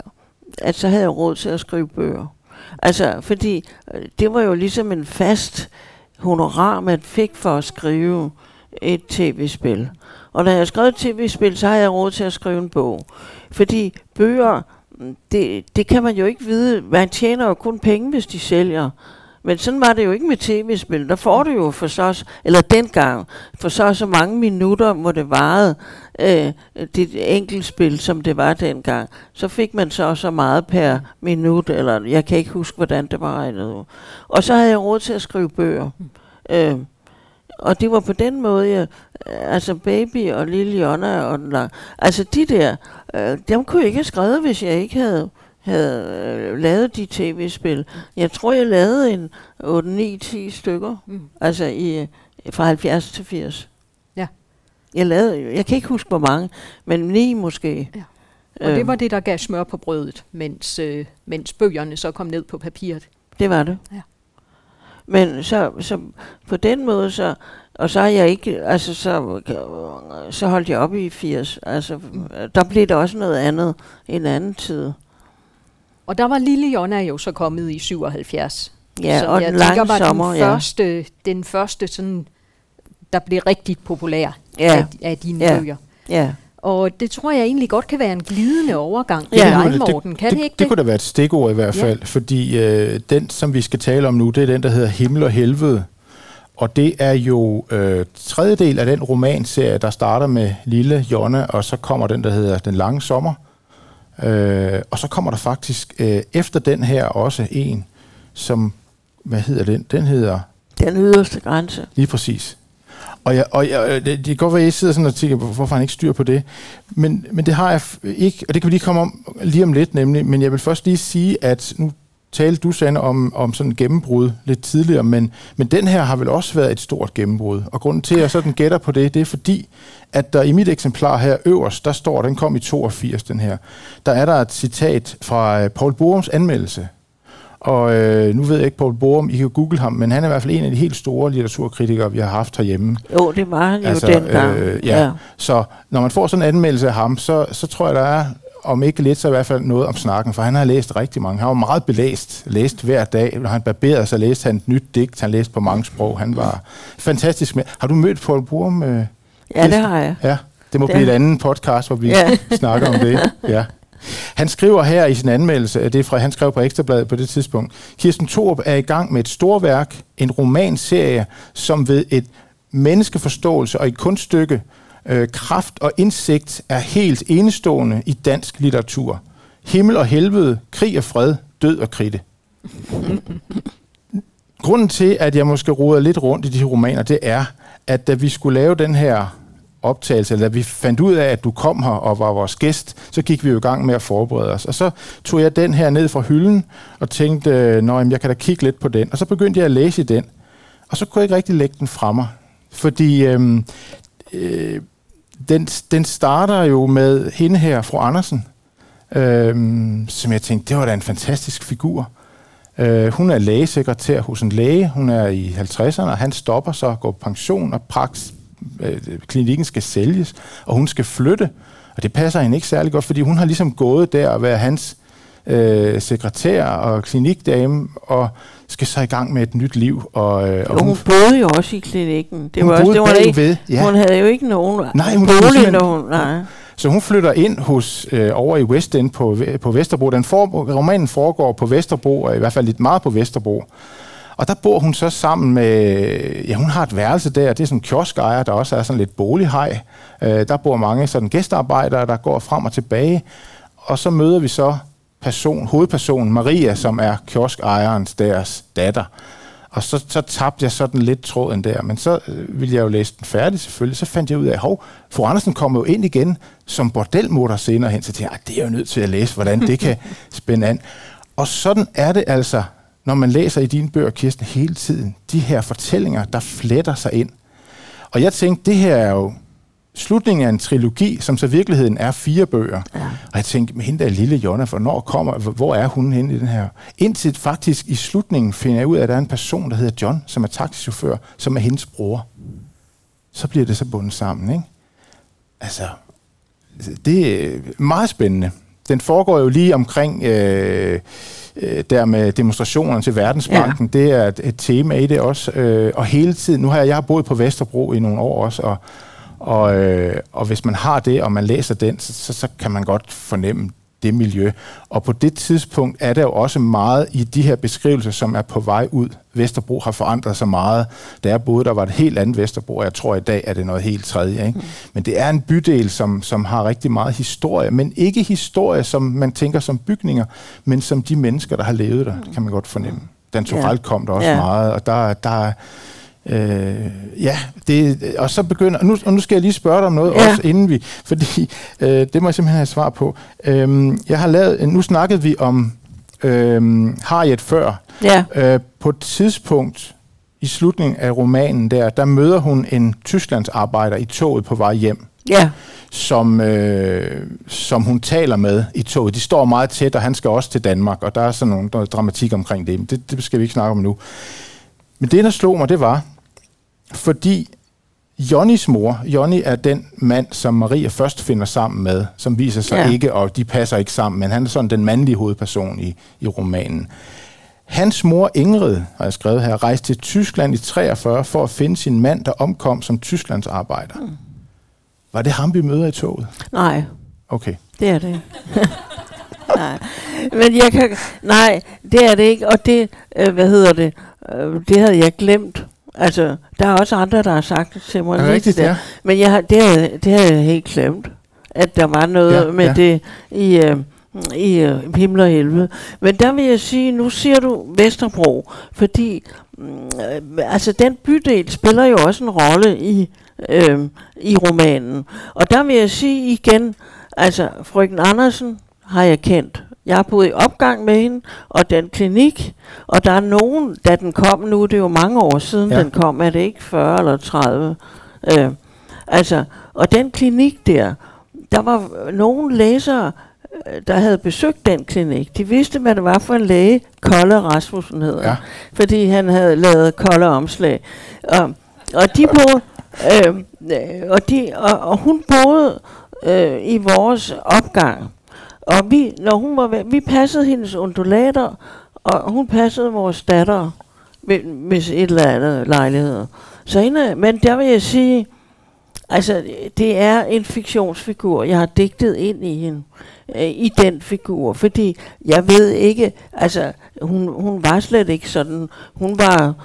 at så havde jeg råd til at skrive bøger. Altså, fordi det var jo ligesom en fast honorar, man fik for at skrive et tv-spil. Og når jeg skrev et tv-spil, så har jeg råd til at skrive en bog. Fordi bøger, det, det kan man jo ikke vide. Man tjener jo kun penge, hvis de sælger. Men sådan var det jo ikke med tv-spil. Der får du jo for så, eller dengang, for så så mange minutter, hvor det varede, øh, det enkeltspil, som det var dengang. Så fik man så så meget per minut, eller jeg kan ikke huske, hvordan det var regnet. Og så havde jeg råd til at skrive bøger. Øh, og det var på den måde, jeg, altså Baby og Lille Jonna og den lang, altså de der, øh, dem kunne jeg ikke have skrevet, hvis jeg ikke havde havde øh, lavet de tv-spil. Jeg tror, jeg lavede en otte ni ti stykker, mm. altså i, fra halvfjerds til firs. Ja. Jeg lavede, jeg kan ikke huske, hvor mange, men ni måske. Ja. Og øh. det var det, der gav smør på brødet, mens, øh, mens bøgerne så kom ned på papiret. Det var det. Ja. Men så, så på den måde, så, og så har jeg ikke, altså så, så holdt jeg op i firs. Altså, mm. der blev der også noget andet, en anden tid. Og der var Lille Jonna jo så kommet i syvoghalvfjerds. Ja, så og jeg den tænker, lange var sommer, den ja. første, den første sådan, der blev rigtig populær ja. af, af dine ja. bøger. Ja. Og det tror jeg egentlig godt kan være en glidende overgang. Ja. Ja. Dig, Morten. Kan det, det ikke det? Det kunne da være et stikord i hvert fald, ja. fordi øh, den, som vi skal tale om nu, det er den, der hedder Himmel og Helvede. Og det er jo øh, tredje del af den romanserie, der starter med Lille Jonna, og så kommer den, der hedder Den Lange Sommer. Øh, og så kommer der faktisk øh, efter den her også en, som, hvad hedder den? Den hedder... Den yderste grænse. Lige præcis. Og, jeg, og jeg, det, det kan godt være, at jeg sidder sådan og tænker, hvorfor han ikke styr på det. Men, men det har jeg f- ikke, og det kan vi lige komme om lige om lidt nemlig. Men jeg vil først lige sige, at nu talte du, Sanne, om, om sådan en gennembrud lidt tidligere, men, men den her har vel også været et stort gennembrud. Og grunden til, at jeg sådan gætter på det, det er fordi, at der i mit eksemplar her øverst, der står, den kom i toogfirs, den her, der er der et citat fra Poul Borums anmeldelse. Og øh, nu ved jeg ikke, Poul Borum, I kan google ham, men han er i hvert fald en af de helt store litteraturkritikere, vi har haft herhjemme. Jo, det var han jo altså, dengang. Øh, ja. ja. Så når man får sådan en anmeldelse af ham, så, så tror jeg, der er, om ikke lidt, så i hvert fald noget om snakken, for han har læst rigtig mange. Han var meget belæst, læst hver dag. Når han barberede sig, læste han et nyt digt, han læste på mange sprog. Han var fantastisk med. Har du mødt Poul Borum? Øh, ja, det har jeg. Ja, det må det. blive et andet podcast, hvor vi ja. snakker om det. Ja. Han skriver her i sin anmeldelse, det er fra, han skrev på Ekstrabladet på det tidspunkt, Kirsten Thorup er i gang med et storværk, en romanserie, som ved et menneskeforståelse og et kunststykke, øh, kraft og indsigt er helt enestående i dansk litteratur. Himmel og helvede, krig og fred, død og kridte. Grunden til, at jeg måske roder lidt rundt i de her romaner, det er, at da vi skulle lave den her optagelse, eller da vi fandt ud af, at du kom her og var vores gæst, så gik vi jo i gang med at forberede os. Og så tog jeg den her ned fra hylden og tænkte, nå, jamen, jeg kan da kigge lidt på den. Og så begyndte jeg at læse i den. Og så kunne jeg ikke rigtig lægge den fra mig. Fordi øhm, øh, den, den starter jo med hende her, fru Andersen, øhm, som jeg tænkte, det var da en fantastisk figur. Øh, hun er lægesekretær hos en læge. Hun er i halvtredserne, og han stopper så, går på pension, og praks klinikken skal sælges, og hun skal flytte. Og det passer hende ikke særlig godt, fordi hun har ligesom gået der og været hans øh, sekretær og klinikdame, og skal så i gang med et nyt liv. Og, øh, og hun, hun boede jo også i klinikken. Det hun var også, det var ikke, ved, ja. Hun havde jo ikke nogen nej, hun bolig, når hun... Nej. Så hun flytter ind hos øh, over i West End på, på Vesterbro. Den for, romanen foregår på Vesterbro, og i hvert fald lidt meget på Vesterbro. Og der bor hun så sammen med, ja, hun har et værelse der, det er sådan en kioskejer, der også er sådan lidt bolighaj. Øh, der bor mange sådan gæstearbejdere, der går frem og tilbage. Og så møder vi så person, hovedpersonen, Maria, som er kioskejerens deres datter. Og så, så tabte jeg sådan lidt tråden der, men så øh, ville jeg jo læse den færdig selvfølgelig. Så fandt jeg ud af, hov, fru Andersen kommer jo ind igen som bordelmutter senere hen, så tænkte jeg, det er jo nødt til at læse, hvordan det kan spænde an. Og sådan er det altså, når man læser i dine bøger, Kirsten, hele tiden. De her fortællinger, der fletter sig ind. Og jeg tænkte, det her er jo slutningen af en trilogi, som så i virkeligheden er fire bøger. Ja. Og jeg tænkte, med hende der lille Jonna, hvornår kommer, hvor er hun henne i den her? Indtil faktisk i slutningen finder jeg ud af, at der er en person, der hedder John, som er taxichauffør, som er hendes bror. Så bliver det så bundet sammen, ikke? Altså, det er meget spændende. Den foregår jo lige omkring øh, øh, der med demonstrationerne til Verdensbanken. Ja. Det er et, et tema i det også. Øh, og hele tiden, nu har jeg, jeg har boet på Vesterbro i nogle år også, og Og, øh, og hvis man har det, og man læser den, så, så, så kan man godt fornemme det miljø. Og på det tidspunkt er der jo også meget i de her beskrivelser, som er på vej ud. Vesterbro har forandret sig meget. Da jeg boede, der var et helt andet Vesterbro, og jeg tror i dag er det noget helt tredje. Ikke? Mm. Men det er en bydel, som, som har rigtig meget historie, men ikke historie, som man tænker som bygninger, men som de mennesker, der har levet der, kan man godt fornemme. Dan Turèll ja. kom der også ja. meget, og der, der Øh, ja, det, og så begynder, og nu, og nu skal jeg lige spørge dig om noget ja. også, inden vi, fordi øh, det må jeg simpelthen have svar på. Øh, jeg har lavet, nu snakkede vi om øh, Harriet før. Ja. Øh, på et tidspunkt i slutningen af romanen der, der møder hun en Tysklandsarbejder i toget på vej hjem. Ja. Som, øh, som hun taler med i toget. De står meget tæt, og han skal også til Danmark, og der er sådan nogle, noget dramatik omkring det. det. Det skal vi ikke snakke om nu. Men det, der slog mig, det var, fordi Johnnys mor, Johnny er den mand, som Maria først finder sammen med, som viser sig ja. ikke, og de passer ikke sammen, men han er sådan den mandlige hovedperson i, i romanen. Hans mor Ingrid, har jeg skrevet her, rejste til Tyskland i treogfyrre for at finde sin mand, der omkom som Tysklands arbejder. Mm. Var det ham, vi møder i toget? Nej. Okay. Det er det. Nej. Men jeg kan... Nej, det er det ikke, og det, øh, hvad hedder det, øh, det havde jeg glemt. Altså, der er også andre, der har sagt det til mig. Er det rigtigt, ja? Men jeg har, det, havde, det havde jeg helt glemt, at der var noget ja, med ja. det i, øh, i øh, himmel og helvede. Men der vil jeg sige, nu siger du Vesterbro, fordi øh, altså, den bydel spiller jo også en rolle i, øh, i romanen. Og der vil jeg sige igen, altså, frøken Andersen har jeg kendt. Jeg har boet i opgang med hende, og den klinik, og der er nogen, da den kom nu, det er jo mange år siden ja. den kom, er det ikke fyrre eller tredive? Øh, altså, og den klinik der, der var nogle læsere, der havde besøgt den klinik. De vidste, hvad det var for en læge, Kolle Rasmussen hedder, ja. fordi han havde lavet kolde omslag. Og, og de boede, øh, og, de, og, og hun boede øh, i vores opgang. Og vi, når hun var væk, vi passede hendes undulater, og hun passede vores datter, hvis et eller andet lejlighed. Så hende, men der vil jeg sige, altså det er en fiktionsfigur, jeg har digtet ind i hende, øh, i den figur, fordi jeg ved ikke, altså hun, hun var slet ikke sådan, hun var,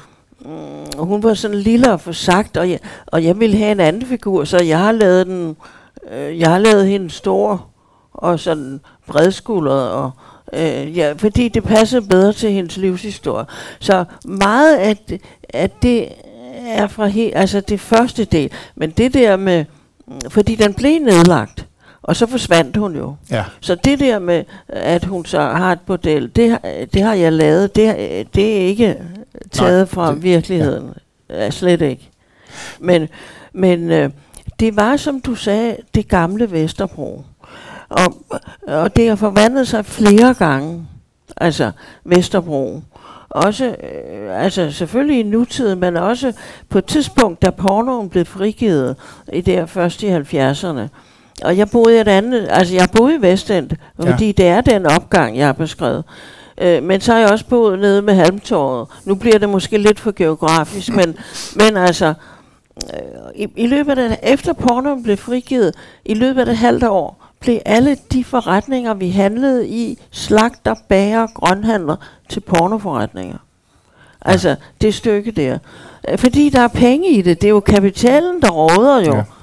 mm, hun var sådan lille og forsagt, og jeg, og jeg ville have en anden figur, så jeg har lavet den, øh, jeg har lavet hende stor, og sådan bredskuldret, og øh, ja, fordi det passer bedre til hendes livshistorie. Så meget af det, at det er fra he, altså det første del, men det der med, fordi den blev nedlagt, og så forsvandt hun jo. Ja. Så det der med, at hun så har et bordel, det, det har jeg lavet, det, det er ikke taget Nej, fra det, virkeligheden. Ja. Slet ikke. Men, men øh, det var, som du sagde, det gamle Vesterbro. Og, og det har forvandlet sig flere gange, altså Vesterbro. Også, øh, altså selvfølgelig i nutiden, men også på et tidspunkt, da pornoen blev frigivet, i der først i halvfjerdserne. Og jeg boede i et andet, altså jeg boede i Vestend, ja. fordi det er den opgang, jeg har beskrevet. Øh, men så har jeg også boet nede med Halmtorvet. Nu bliver det måske lidt for geografisk, men, men altså, øh, i, i løbet af, efter pornoen blev frigivet, i løbet af det halvt år, blev alle de forretninger, vi handlede i, slagter, bager, grønhandler, til pornoforretninger. Altså, det stykke der. Fordi der er penge i det. Det er jo kapitalen, der råder jo.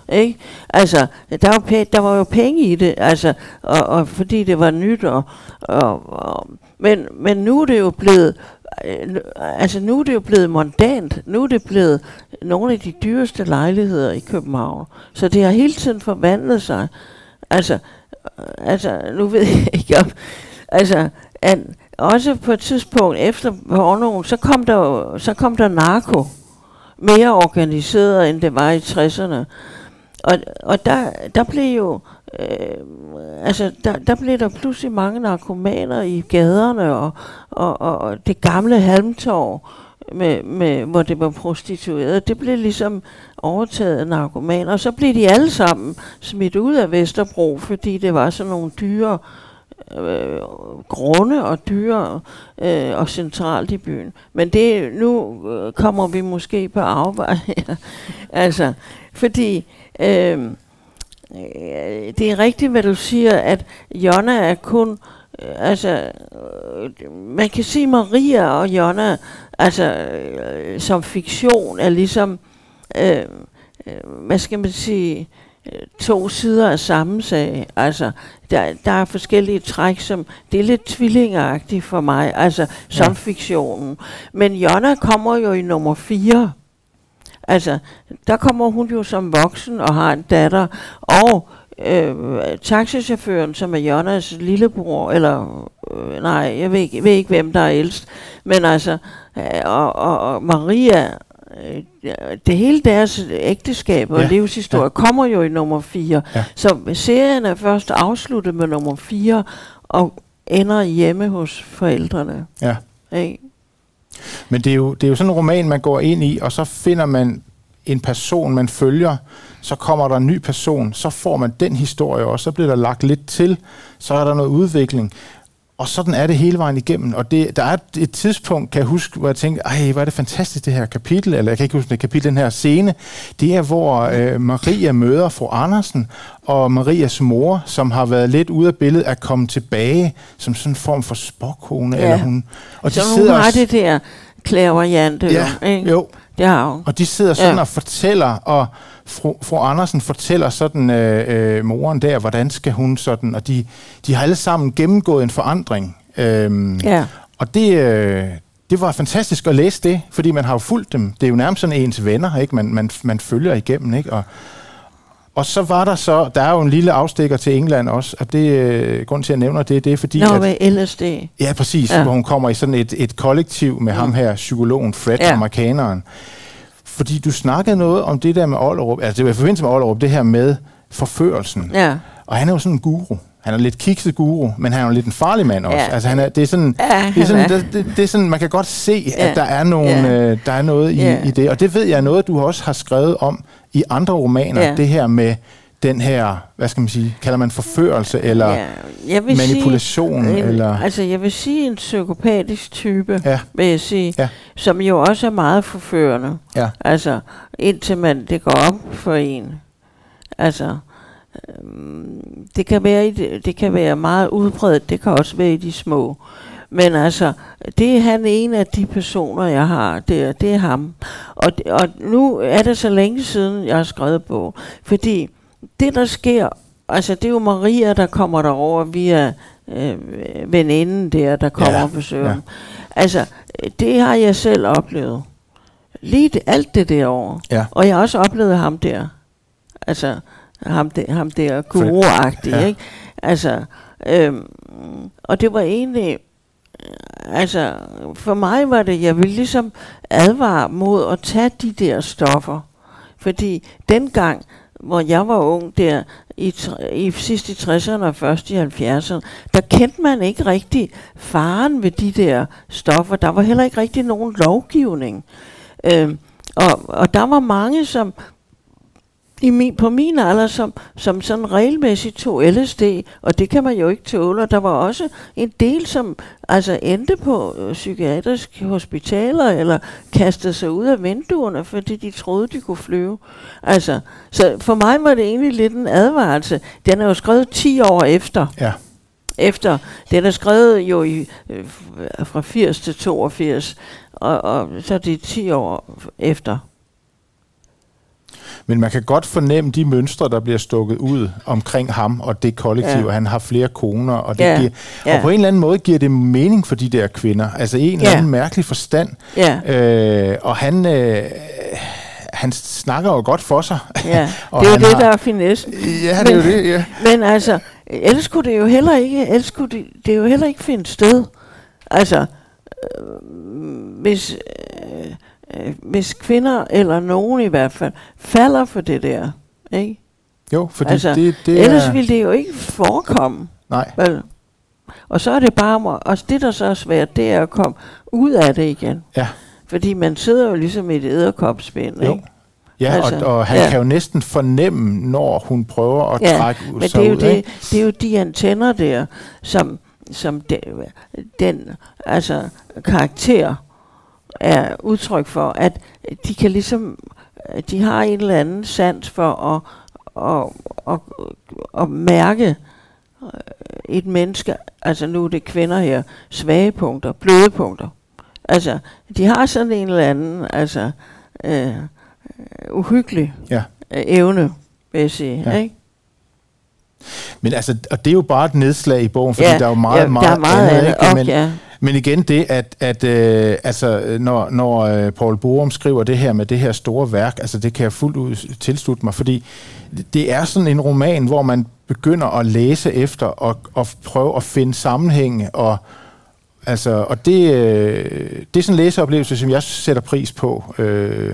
Ikke? Altså, der var, pæ- der var jo penge i det, altså, og, og fordi det var nyt, og, og, og men, men nu er det jo blevet, øh, altså nu er det jo blevet mondant, nu er det blevet nogle af de dyreste lejligheder i København, så det har hele tiden forvandlet sig. Altså, altså nu ved jeg ikke om, altså, at også på et tidspunkt efter pornoen, så kom der jo, så kom der narko, mere organiseret end det var i tresserne. Og, og der, der blev jo, øh, altså der, der blev der pludselig mange narkomaner i gaderne, og, og, og, og det gamle Halmtorv, med, med, hvor det var prostitueret, det blev ligesom overtaget af narkomaner, og så blev de alle sammen smidt ud af Vesterbro, fordi det var sådan nogle dyre øh, grunde og dyre øh, og centralt i byen. Men det, nu øh, kommer vi måske på afvej her. Altså, fordi øh, øh, det er rigtigt, hvad du siger, at Jonna er kun, øh, altså, øh, man kan sige Maria og Jonna, altså, øh, som fiktion er ligesom, øh, øh, hvad skal man sige, to sider af samme sag. Altså, der, der er forskellige træk, som, det er lidt tvillingeagtigt for mig, altså, som ja. fiktionen. Men Jonna kommer jo i nummer fire. Altså, der kommer hun jo som voksen og har en datter, og øh, taxichaufføren, som er Jonnas lillebror, eller, øh, nej, jeg ved, ikke, jeg ved ikke, hvem der er ældst, men altså, øh, og, og, og Maria, øh, det hele deres ægteskab og ja. livshistorie ja. kommer jo i nummer fire. Ja. Så serien er først afsluttet med nummer fire, og ender hjemme hos forældrene. Ja. Ikke? Men det er, jo, det er jo sådan en roman, man går ind i, og så finder man en person, man følger, så kommer der en ny person, så får man den historie også, så bliver der lagt lidt til, så er der noget udvikling, og sådan er det hele vejen igennem. Og det, der er et tidspunkt, kan jeg huske, hvor jeg tænkte, ej, hvor er det fantastisk det her kapitel, eller jeg kan ikke huske det kapitel, den her scene, det er, hvor øh, Maria møder fru Andersen, og Marias mor, som har været lidt ude af billedet, er kommet tilbage som sådan en form for spåkone. Ja. Eller hun, og så de hun sidder har det der clairvoyante, ja, jo, ikke? Jo. Det har hun. Og de sidder sådan ja. og fortæller, og fru, fru Andersen fortæller sådan øh, øh, moren der, hvordan skal hun sådan, og de, de har alle sammen gennemgået en forandring. Øhm, ja. Og det, øh, det var fantastisk at læse det, fordi man har jo fulgt dem. Det er jo nærmest sådan ens venner, ikke? Man, man, man følger igennem, ikke? Og, og så var der så, der er jo en lille afstikker til England også, og det øh, grund til at nævne det, det er fordi... Nå, med L S D. Ja, præcis, ja. Hvor hun kommer i sådan et, et kollektiv med mm. ham her, psykologen Fred, ja. amerikaneren. Fordi du snakkede noget om det der med Ollerup, altså det var i forbindelse med Ollerup, det her med forførelsen. Ja. Og han er jo sådan en guru. Han er lidt kikset guru, men han er jo lidt en farlig mand også. Ja. Altså han er, det er sådan, ja, det er sådan, det, det, det er sådan, man kan godt se, ja. at der er nogle, ja. øh, der er noget i, ja. i det. Og det ved jeg noget, du også har skrevet om i andre romaner. Ja. Det her med den her, hvad skal man sige, kalder man forførelse eller ja. manipulation sige, en, eller. Altså jeg vil sige en psykopatisk type, ja. vil jeg sige, ja. som jo også er meget forførende. Ja. Altså indtil man det går op for en. Altså det kan være i, det kan være meget udbredt, det kan også være i de små. Men altså, det er han en af de personer, jeg har, det er, det er ham. Og, og nu er det så længe siden, jeg har skrevet på. Fordi det, der sker, altså det er jo Maria, der kommer derover via øh, veninden der, der kommer ja, og besøger ja. Altså, det har jeg selv oplevet. Lige det, alt det derovre. Ja. Og jeg har også oplevet ham der. Altså, ham der, ham der guru-agtig, ja. ikke? Altså, øhm, og det var egentlig, altså, for mig var det, jeg ville ligesom advare mod at tage de der stoffer. Fordi dengang, hvor jeg var ung der, i, i sidst i tresserne og først i halvfjerdserne, der kendte man ikke rigtig faren ved de der stoffer. Der var heller ikke rigtig nogen lovgivning. Øhm, og, og der var mange, som I min, på min alder, som, som sådan regelmæssigt tog L S D, og det kan man jo ikke tåle, og der var også en del, som altså endte på øh, psykiatriske hospitaler, eller kastede sig ud af vinduerne, fordi de troede, de kunne flyve. Altså, så for mig var det egentlig lidt en advarelse. Den er jo skrevet ti år efter. Ja. Efter, den er skrevet jo i, øh, fra firs til toogfirs, og, og så er det ti år efter. Men man kan godt fornemme de mønstre, der bliver stukket ud omkring ham og det kollektiv, ja. Og han har flere koner, og, det ja. giver, ja. Og på en eller anden måde giver det mening for de der kvinder. Altså en eller ja. anden mærkelig forstand. Ja. Øh, og han... Øh, han snakker jo godt for sig. Ja, og det er jo det, har... der er finessen. Ja, det men, er jo det, ja. Men altså, ellers skulle det jo heller ikke, ellers skulle det, det jo heller ikke finde sted. Altså, øh, hvis, øh, øh, hvis kvinder, eller nogen i hvert fald, falder for det der, ikke? Jo, fordi altså, det, det ellers er... ville det jo ikke forekomme. Nej. Vel? Og så er det bare, og det der så er svært, det er at komme ud af det igen. Ja. Fordi man sidder jo ligesom i et edderkopspind, ikke? Ja, altså, og, og han ja. kan jo næsten fornemme, når hun prøver at ja, trække ud. Men det er, jo ud, det, det er jo de antenner der, som, som de, den altså, karakter er udtryk for, at de kan ligesom, de har en eller anden sans for at, at, at, at, at mærke et menneske, altså nu er det kvinder her, svage punkter, bløde punkter. Altså, de har sådan en eller anden, altså, øh, uhyggelig ja. øh, evne, vil jeg sige, ja. Ikke? Men altså, og det er jo bare et nedslag i bogen, fordi ja, der er jo meget, ja, meget, der er meget andet, andet ikke? Men, op, ja. men igen det, at, at øh, altså, når, når øh, Poul Borum skriver det her med det her store værk, altså det kan jeg fuldt ud tilslutte mig, fordi det er sådan en roman, hvor man begynder at læse efter og, og prøve at finde sammenhæng og altså, og det, øh, det er sådan en læseoplevelse, som jeg sætter pris på, øh,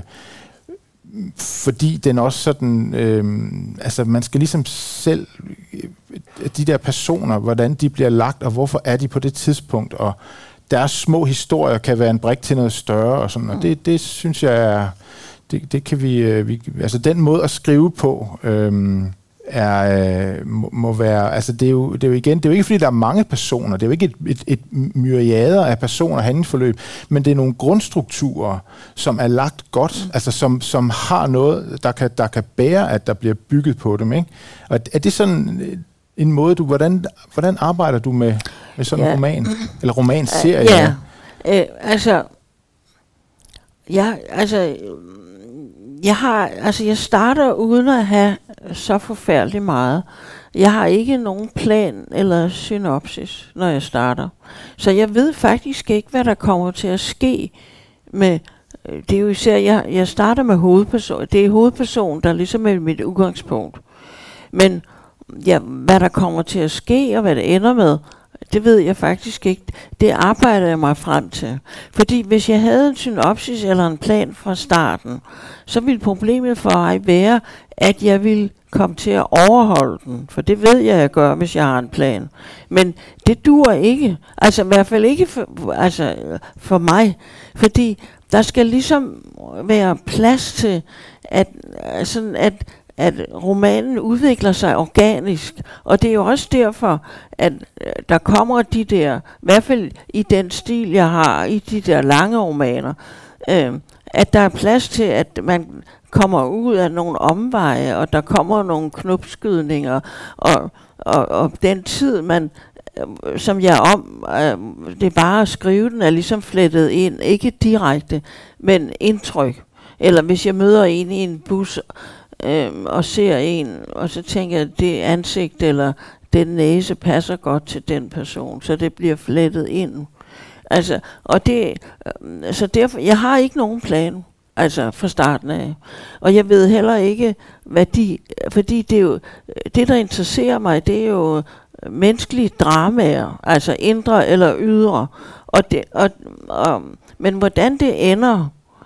fordi den også sådan, øh, altså man skal ligesom selv, de der personer, hvordan de bliver lagt, og hvorfor er de på det tidspunkt, og deres små historier kan være en brik til noget større, og sådan, og det, det synes jeg er, det, det kan vi, vi, altså den måde at skrive på, øh, er, øh, må, må være, altså det er, jo, det er jo igen, det er jo ikke fordi der er mange personer, det er jo ikke et, et, et myriader af personer handlingsforløb, men det er nogle grundstrukturer, som er lagt godt, mm. altså som, som har noget, der kan, der kan bære, at der bliver bygget på dem, ikke? Og er det sådan en måde, du, hvordan, hvordan arbejder du med, med sådan ja. en roman, eller romanserie? Uh, ja, uh, altså, ja, altså, jeg har, altså jeg starter uden at have så forfærdeligt meget. Jeg har ikke nogen plan eller synopsis, når jeg starter. Så jeg ved faktisk ikke, hvad der kommer til at ske med, det er jo især, jeg, jeg starter med hovedpersonen. Det er hovedpersonen, der ligesom er mit udgangspunkt. Men ja, hvad der kommer til at ske, og hvad det ender med, det ved jeg faktisk ikke. Det arbejder jeg mig frem til. Fordi hvis jeg havde en synopsis eller en plan fra starten, så ville problemet for mig være, at jeg ville komme til at overholde den. For det ved jeg, jeg gør, hvis jeg har en plan. Men det duer ikke. Altså i hvert fald ikke for, altså, for mig. Fordi der skal ligesom være plads til, at, sådan at at romanen udvikler sig organisk, og det er jo også derfor, at øh, der kommer de der, i hvert fald i den stil, jeg har, i de der lange romaner, øh, at der er plads til, at man kommer ud af nogle omveje, og der kommer nogle knopskydninger, og, og, og den tid, man, øh, som jeg om, øh, det er bare at skrive den, er ligesom flettet ind, ikke direkte, men indtryk. Eller hvis jeg møder en i en bus, Øhm, og ser en, og så tænker jeg, at det ansigt eller den næse passer godt til den person, så det bliver flettet ind. Altså, og det, øhm, så derfor, jeg har ikke nogen plan, altså fra starten af. Og jeg ved heller ikke, hvad de, fordi det er jo, det der interesserer mig, det er jo menneskelige dramaer, altså indre eller ydre. Og det, og, og, men hvordan det ender,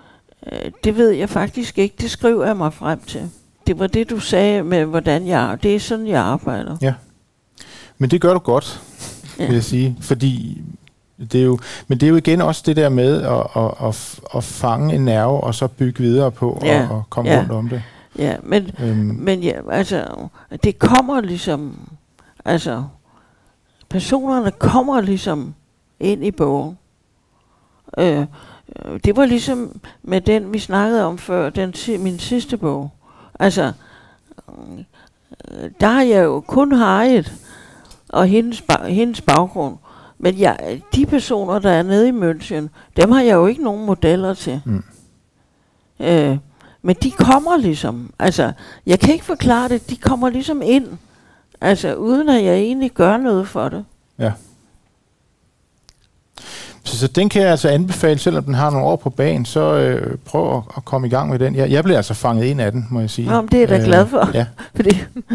det ved jeg faktisk ikke. Det skriver jeg mig frem til. Det var det, du sagde med, hvordan jeg... Det er sådan, jeg arbejder. Ja. Men det gør du godt, ja. vil jeg sige. Fordi det er jo... Men det er jo igen også det der med at, at, at, at fange en nerve, og så bygge videre på, ja. og, og komme ja. rundt om det. Ja, men, øhm. men ja, altså... Det kommer ligesom... Altså... Personerne kommer ligesom ind i bogen. Øh... Det var ligesom med den, vi snakkede om før, den, min sidste bog. Altså, der har jeg jo kun Harriet og hendes, hendes baggrund. Men jeg, de personer, der er nede i München, dem har jeg jo ikke nogen modeller til. Mm. Øh, Men de kommer ligesom, altså, jeg kan ikke forklare det, de kommer ligesom ind, altså, uden at jeg egentlig gør noget for det. Ja. Så, så den kan jeg altså anbefale, selvom den har nogle år på bagen, så øh, prøv at, at komme i gang med den. Jeg, jeg bliver altså fanget ind af den, må jeg sige. Nå, det er jeg da øh, glad for. Ja. Fordi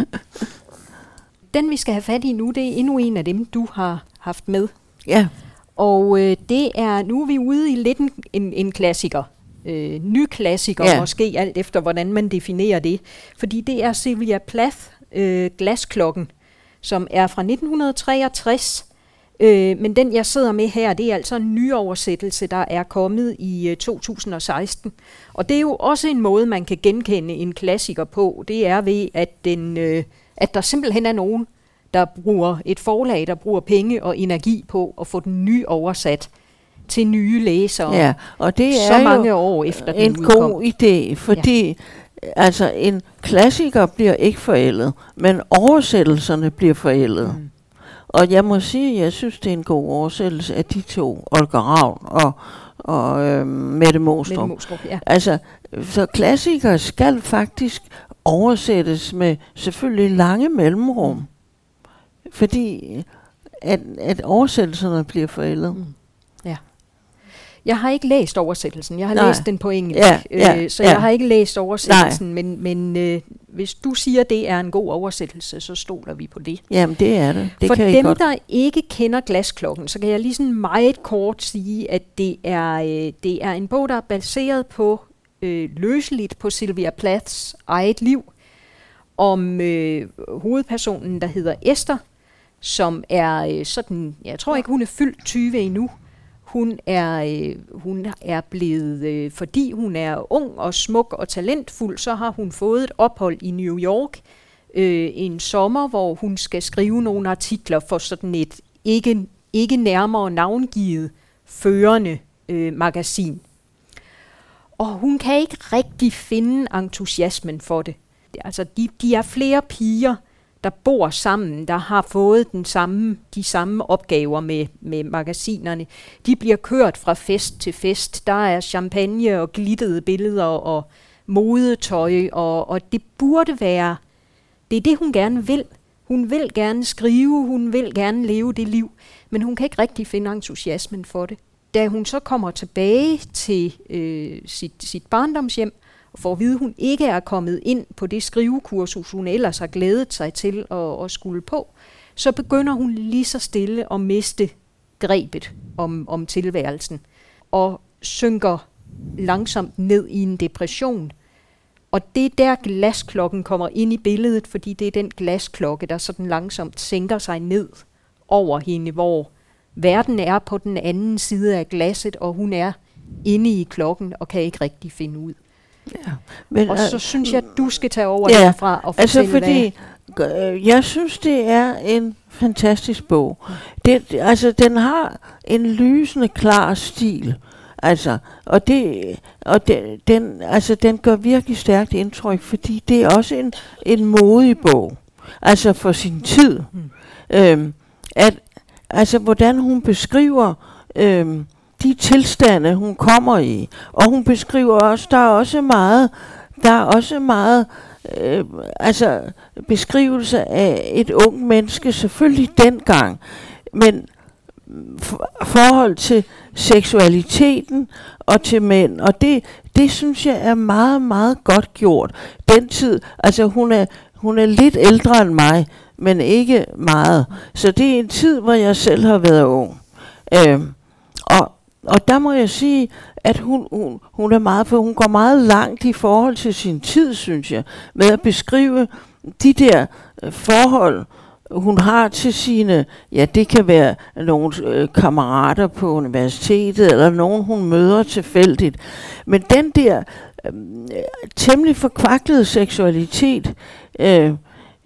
den, vi skal have fat i nu, det er endnu en af dem, du har haft med. Ja. Og øh, det er, nu er vi ude i lidt en, en, en klassiker. Øh, ny klassiker, ja. Måske alt efter, hvordan man definerer det. Fordi det er Sylvia Plath, øh, Glasklokken, som er fra nitten treogtres. Øh, men den, jeg sidder med her, det er altså en nyoversættelse, der er kommet i øh, to tusind og seksten. Og det er jo også en måde, man kan genkende en klassiker på. Det er ved, at, den, øh, at der simpelthen er nogen, der bruger et forlag, der bruger penge og energi på at få den ny oversat til nye læsere. Ja, og det så er mange jo år efter en den udkom. god idé, fordi ja. altså en klassiker bliver ikke forældet, men oversættelserne bliver forældet. Mm. Og jeg må sige, at jeg synes, det er en god oversættelse af de to, Olga Ravn og, og øh, Mette Mostrup. Mette Mostrup, ja. Altså, så klassikere skal faktisk oversættes med selvfølgelig lange mellemrum. Mm. Fordi at, at oversættelserne bliver forældet. Mm. Ja. Jeg har ikke læst oversættelsen. Jeg har Nej. læst den på engelsk. Ja, ja, øh, så ja. jeg har ikke læst oversættelsen. Nej. Men, men øh, hvis du siger, at det er en god oversættelse, så stoler vi på det. Jamen, det er det. det For kan dem, godt. der ikke kender Glasklokken, så kan jeg lige sådan meget kort sige, at det er, øh, det er en bog, der er baseret på øh, løseligt på Sylvia Plaths eget liv. Om øh, hovedpersonen, der hedder Esther, som er øh, sådan, jeg tror ikke, hun er fyldt tyve endnu. Hun er, øh, hun er blevet, øh, fordi hun er ung og smuk og talentfuld, så har hun fået et ophold i New York øh, en sommer, hvor hun skal skrive nogle artikler for sådan et ikke, ikke nærmere navngivet førende øh, magasin. Og hun kan ikke rigtig finde entusiasmen for det. Altså, de, de er flere piger, der bor sammen, der har fået den samme, de samme opgaver med, med magasinerne. De bliver kørt fra fest til fest. Der er champagne og glittede billeder og modetøj, og, og det burde være, det er det, hun gerne vil. Hun vil gerne skrive, hun vil gerne leve det liv, men hun kan ikke rigtig finde entusiasmen for det. Da hun så kommer tilbage til øh, sit, sit barndomshjem, og for at vide, at hun ikke er kommet ind på det skrivekursus, hun ellers har glædet sig til at, at skulle på, så begynder hun lige så stille at miste grebet om, om tilværelsen, og synker langsomt ned i en depression. Og det er der glasklokken kommer ind i billedet, fordi det er den glasklokke, der sådan langsomt sænker sig ned over hende, hvor verden er på den anden side af glasset, og hun er inde i klokken og kan ikke rigtig finde ud. Ja, men, og så øh, synes jeg, at du skal tage over ja, derfra og fortælle, altså fordi, hvad... Øh, jeg synes, det er en fantastisk bog. Det, altså, den har en lysende, klar stil. Altså, og det, og det, den, altså, den gør virkelig stærkt indtryk, fordi det er også en, en modig bog. Altså for sin tid. Mm. Øhm, at, altså, hvordan hun beskriver... Øhm, de tilstande, hun kommer i. Og hun beskriver også, der er også meget, der er også meget øh, altså beskrivelse af et ung menneske, selvfølgelig dengang, men for, forhold til seksualiteten og til mænd, og det, det synes jeg er meget, meget godt gjort. Den tid, altså hun er, hun er lidt ældre end mig, men ikke meget. Så det er en tid, hvor jeg selv har været ung. Øh, og Og der må jeg sige, at hun, hun, hun er meget, for hun går meget langt i forhold til sin tid, synes jeg, med at beskrive de der øh, forhold, hun har til sine, ja, det kan være nogle øh, kammerater på universitetet, eller nogen, hun møder tilfældigt. Men den der øh, temmelig forkvaklede seksualitet, øh, øh,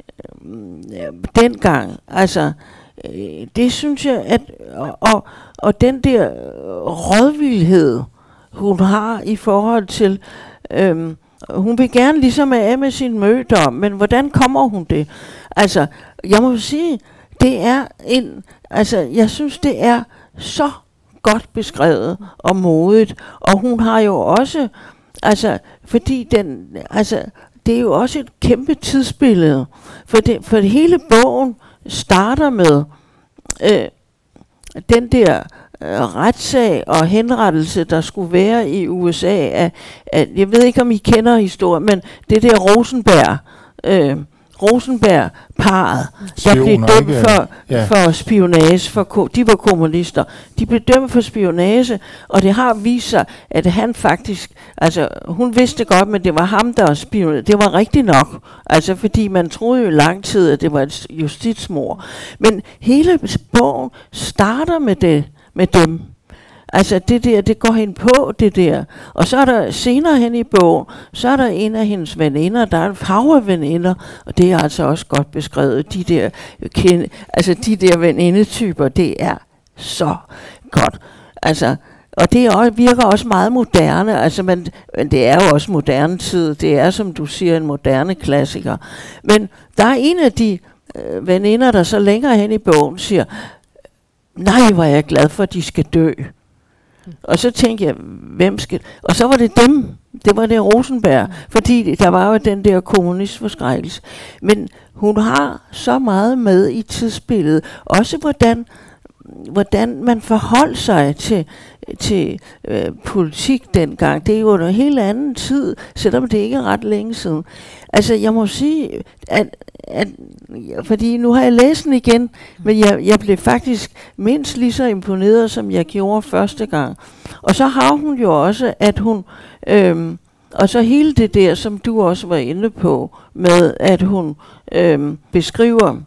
dengang, altså, øh, det synes jeg, at, og, og Og den der rådvildhed, hun har i forhold til, øhm, hun vil gerne ligesom af med sin mødom, men hvordan kommer hun det? Altså, jeg må sige, det er en, altså, jeg synes, det er så godt beskrevet og modigt, og hun har jo også, Altså, fordi den, altså, det er jo også et kæmpe tidsbillede. For det, for det hele bogen starter med øh, den der øh, retssag og henrettelse, der skulle være i U S A. Af, af, jeg ved ikke, om I kender historien, men det der Rosenberg, øh, Rosenberg-parret, der blev dømt for, ja. for spionage, for, de var kommunister. De blev dømt for spionage, og det har vist sig, at han faktisk, altså hun vidste godt, men det var ham, der spionerede. Det var rigtigt nok, altså fordi man troede jo i lang tid, at det var et justitsmord. Men hele bogen starter med det, med dem. Altså det der, det går hen på det der. Og så er der senere hen i bogen, så er der en af hendes veninder, der er en farveveninder, og det er altså også godt beskrevet. De der, kende, altså de der venindetyper, det er så godt. Altså, og det er også, virker også meget moderne, altså men, men det er jo også moderne tid. Det er, som du siger, en moderne klassiker. Men der er en af de øh, veninder, der så længere hen i bogen siger, nej, hvor er jeg glad for, at de skal dø. Og så tænkte jeg, hvem skal... Og så var det dem. Det var det Rosenberg. Fordi der var jo den der kommunistforskrækkelse. Men hun har så meget med i tidsbilledet. Også hvordan, hvordan man forholdt sig til, til øh, politik dengang. Det er jo en helt anden tid, selvom det ikke er ret længe siden. Altså, jeg må sige, at, at fordi nu har jeg læst den igen, men jeg, jeg blev faktisk mindst lige så imponeret, som jeg gjorde første gang. Og så har hun jo også, at hun, øhm, og så hele det der, som du også var inde på, med at hun øhm, beskriver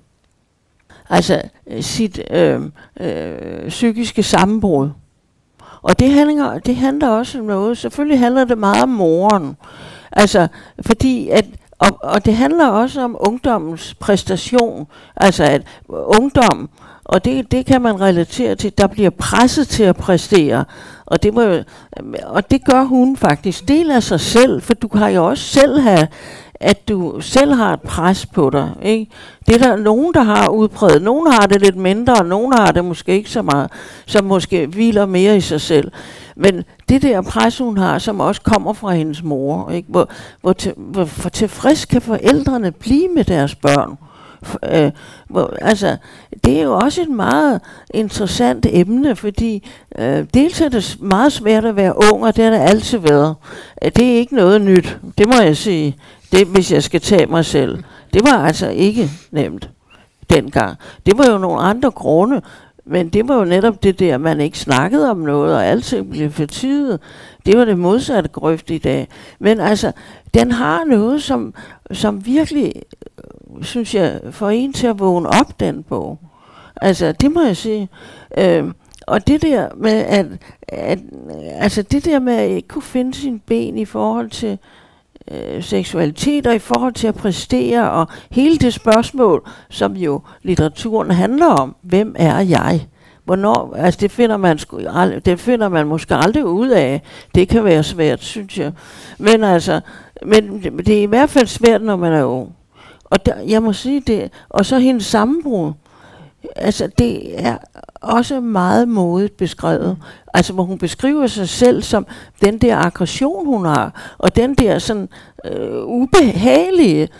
altså sit øhm, øh, psykiske sammenbrud. Og det handler, det handler også om noget, selvfølgelig handler det meget om moren. Altså, fordi at Og, og det handler også om ungdommens præstation, altså at ungdom, og det, det kan man relatere til, der bliver presset til at præstere, og det, må, og det gør hun faktisk, del af sig selv, for du kan jo også selv have, at du selv har et pres på dig, ikke? Det er der nogen, der har udpræget, nogen har det lidt mindre, og nogen har det måske ikke så meget, som måske hviler mere i sig selv. Men det der pres, hun har, som også kommer fra hendes mor, ikke? Hvor, hvor, til, hvor for tilfreds kan forældrene blive med deres børn. For, øh, hvor, altså, det er jo også et meget interessant emne, fordi øh, dels er det meget svært at være ung, og det har det altid været. Det er ikke noget nyt, det må jeg sige, det, hvis jeg skal tage mig selv. Det var altså ikke nemt dengang. Det var jo nogle andre grunde. Men det var jo netop det der, man ikke snakkede om noget, og alting blev fortidet. Det var det modsatte grøft i dag. Men altså, den har noget, som, som virkelig, synes jeg, får en til at vågne op, den bog. Altså, det må jeg sige. Øhm, og det der med, at, at, altså det der med at ikke kunne finde sine ben i forhold til øh, seksualitet, og i forhold til at præstere, og hele det spørgsmål, som jo litteraturen handler om, hvem er jeg? Hvornår, altså det finder man sku, ald- det finder man måske aldrig ud af. Det kan være svært, synes jeg. Men altså, men det, det er i hvert fald svært, når man er ung. Og der, jeg må sige det, og så hendes sammenbrud, altså det er også meget modigt beskrevet. Altså hvor hun beskriver sig selv som den der aggression, hun har, og den der sådan øh, ubehagelige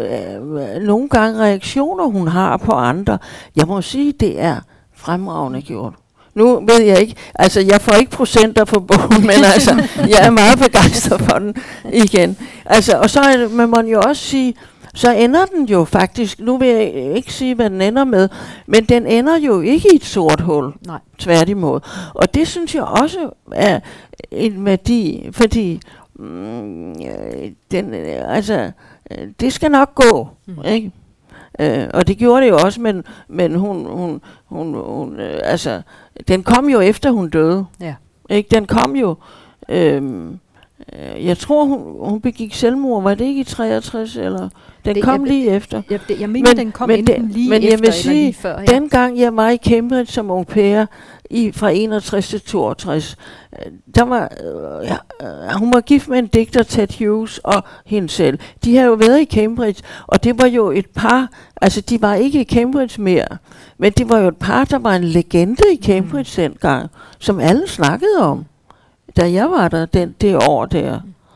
øh, nogle gange reaktioner, hun har på andre. Jeg må sige, det er fremragende gjort. Nu ved jeg ikke, altså jeg får ikke procenter på bogen, men altså jeg er meget begejstret for den igen. Altså, og så er det, man må jo også sige, så ender den jo faktisk, nu vil jeg ikke sige, hvad den ender med, men den ender jo ikke i et sort hul. Nej. Tværtimod. Og det synes jeg også er en værdi, fordi mm, den, altså, det skal nok gå, mm. ikke? Uh, og det gjorde det jo også, men, men hun, hun, hun, hun øh, altså, den kom jo efter hun døde. Ja. Ikke? Den kom jo, øhm, øh, jeg tror hun, hun begik selvmord, var det ikke i treogtres, eller? Den det, kom jeg, lige efter. Jeg, jeg, jeg mener, men, den kom enten den, lige men efter jeg vil eller sige, lige før. Ja. Dengang jeg var i Cambridge som au pair, i, fra enogtres til toogtres, der var, øh, ja, hun var gift med en digter, Ted Hughes, og hende selv. De havde jo været i Cambridge, og det var jo et par, altså de var ikke i Cambridge mere, men det var jo et par, der var en legende i Cambridge mm. dengang, som alle snakkede om, da jeg var der den, det år der.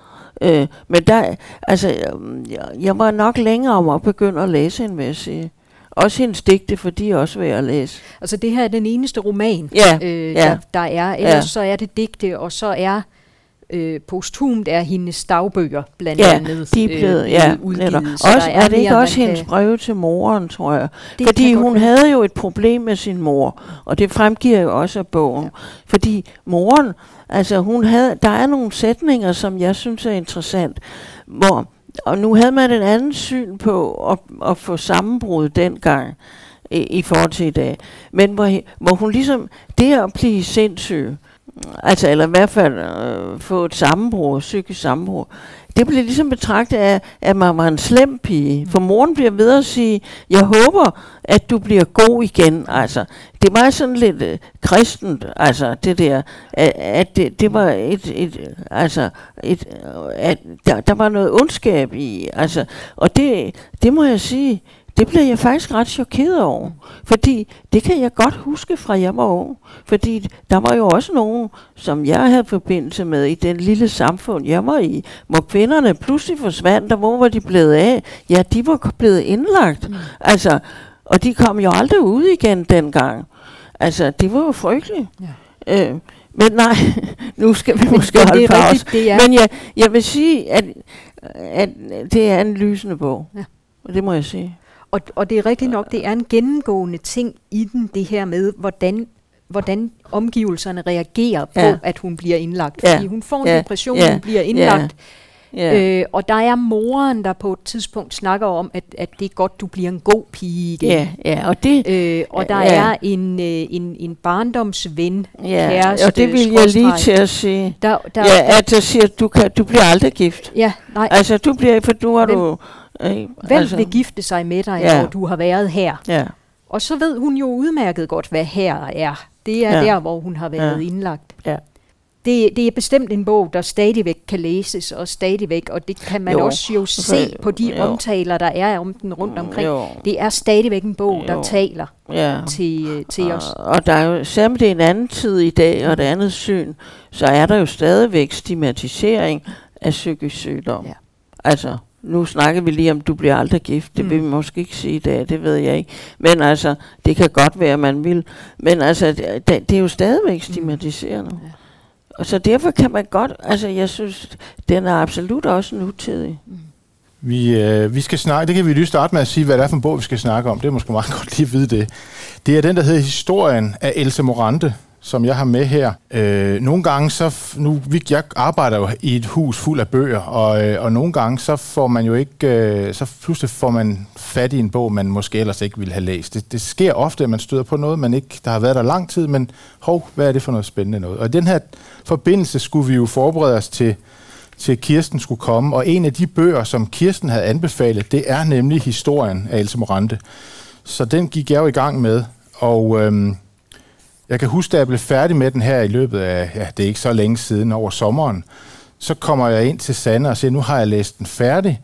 Øh, men der, altså, jeg, jeg var nok længere om at begynde at læse hende, vil jeg sige. Også hendes digte, for de er også værd at læse. Altså det her er den eneste roman, ja, øh, ja. Der, der er. Ellers ja. så er det digte, og så er øh, posthumt er hendes dagbøger blandt ja, andet de er blevet, øh, ja, udgivet. Så også, er, er det ikke også hendes breve til moren, tror jeg? Det Fordi hun havde jo et problem med sin mor, og det fremgiver jo også af bogen. Ja. Fordi moren, altså hun havde, der er nogle sætninger, som jeg synes er interessant, hvor, og nu havde man en anden syn på at, at få sammenbrud dengang, i, i forhold til i dag. Men hvor, hvor hun ligesom, det at blive sindssyg, altså eller i hvert fald øh, få et sammenbrud, psykisk sammenbrud, det blev ligesom betragtet af, at man var en slem pige. For moren bliver ved at sige, jeg håber, at du bliver god igen. Altså, det var sådan lidt øh, kristent, altså det der, at, at det, det var et, et altså, et, at der, der var noget ondskab i, altså, og det, det må jeg sige, det blev jeg faktisk ret chokeret over, fordi det kan jeg godt huske fra jeg var ung, fordi der var jo også nogen, som jeg havde forbindelse med i den lille samfund, jeg var i, hvor kvinderne pludselig forsvandt, der hvor var de blevet af? Ja, de var blevet indlagt, mm. altså, og de kom jo aldrig ud igen dengang. Altså, det var jo frygteligt. Ja. Øh, men nej, nu skal vi måske men, holde pause. Men jeg, jeg vil sige, at, at det er en lysende bog. Ja. Det må jeg sige. Og, og det er rigtigt nok, det er en gennemgående ting i den, det her med, hvordan, hvordan omgivelserne reagerer på, ja. At hun bliver indlagt. Ja. Fordi hun får en ja. Depression, ja. Hun bliver indlagt. Ja. Ja. Øh, og der er moren, der på et tidspunkt snakker om, at, at det er godt, du bliver en god pige igen. Ja, ja, og det, øh, og der ja. Er en, øh, en, en barndomsven, ja, kæreste, og det vil jeg lige til at sige. Der, der, ja, at jeg siger, at du, kan, du bliver aldrig gift. Ja, nej. Altså, du bliver, for du har Hvem, du... Øh, hvem altså, vil gifte sig med dig, ja. Hvor du har været her? Ja. Og så ved hun jo udmærket godt, hvad her er. Det er ja. Der, hvor hun har været ja. Indlagt. Ja. Det, det er bestemt en bog, der stadigvæk kan læses, og stadigvæk, og det kan man jo. Også jo se på de jo. Omtaler, der er om den rundt omkring. Jo. Det er stadigvæk en bog, der jo. Taler ja. til, til og, os. Og der er jo, selvom det er en anden tid i dag, og et andet syn, så er der jo stadigvæk stigmatisering af psykisk sygdom. Ja. Altså, nu snakker vi lige om, du bliver aldrig gift. Det mm. vil vi måske ikke sige i dag, det ved jeg ikke. Men altså, det kan godt være, man vil. Men altså, det, det er jo stadigvæk stigmatiserende. Mm. Ja. Og så derfor kan man godt, altså jeg synes, den er absolut også nutidig. Mm. Vi, øh, vi skal snakke, det kan vi lige starte med at sige, hvad det er for en bog, vi skal snakke om. Det er måske meget godt lige at vide det. Det er den, der hedder Historien af Else Morante, som jeg har med her. Øh, nogle gange, så nu, jeg arbejder jo i et hus fuld af bøger, og, øh, og nogle gange, så får man jo ikke, øh, så pludselig får man fat i en bog, man måske ellers ikke ville have læst. Det, det sker ofte, at man støder på noget, man ikke, der har været der lang tid, men hov, hvad er det for noget spændende noget? Og i den her forbindelse skulle vi jo forberede os til, til Kirsten skulle komme, og en af de bøger, som Kirsten havde anbefalet, det er nemlig Historien af Else Morante. Så den gik jeg jo i gang med, og øhm, jeg kan huske, da jeg blev færdig med den her i løbet af, ja, det er ikke så længe siden, over sommeren, så kommer jeg ind til Sanne og siger, nu har jeg læst den færdig,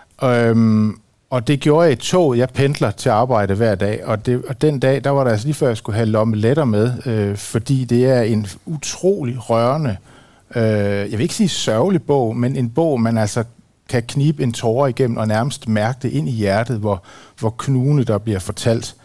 øhm, og det gjorde jeg i tog. Jeg pendler til arbejde hver dag, og, det, og den dag, der var der altså lige før, jeg skulle have lommeletter med, øh, fordi det er en utrolig rørende, øh, jeg vil ikke sige sørgelig bog, men en bog, man altså kan knibe en tåre igennem og nærmest mærke det ind i hjertet, hvor, hvor knugende der bliver fortalt.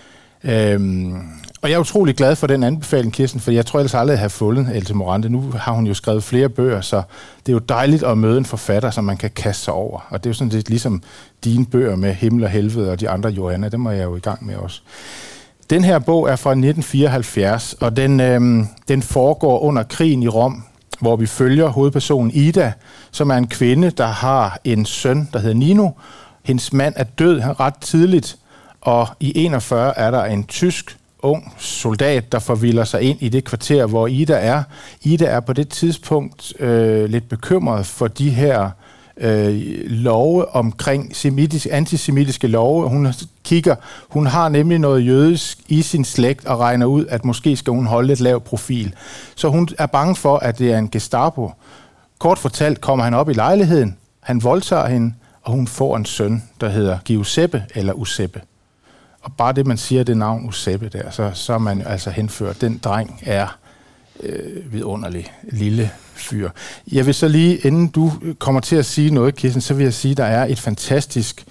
Øhm, og jeg er utrolig glad for den anbefaling, Kirsten, for jeg tror ellers aldrig, at jeg har fundet Else Morante. Nu har hun jo skrevet flere bøger, så det er jo dejligt at møde en forfatter, som man kan kaste sig over. Og det er jo sådan lidt ligesom dine bøger med Himmel og Helvede og de andre Johanna, dem er jeg jo i gang med også. Den her bog er fra nitten fireoghalvfjerds, og den, øhm, den foregår under krigen i Rom, hvor vi følger hovedpersonen Ida, som er en kvinde, der har en søn, der hedder Nino. Hendes mand er død ret tidligt, og i enogfyrre er der en tysk ung soldat, der forvilder sig ind i det kvarter, hvor Ida er. Ida er på det tidspunkt øh, lidt bekymret for de her øh, love omkring semitisk, antisemitiske love. Hun kigger, hun har nemlig noget jødisk i sin slægt og regner ud, at måske skal hun holde et lav profil. Så hun er bange for, at det er en Gestapo. Kort fortalt kommer han op i lejligheden, han voldtager hende, og hun får en søn, der hedder Giuseppe eller Useppe. Og bare det, man siger det navn Useppe der, så, så er man altså henført. Den dreng er øh, vidunderlig lille fyr. Jeg vil så lige, inden du kommer til at sige noget, Kirsten, så vil jeg sige, at der er et fantastisk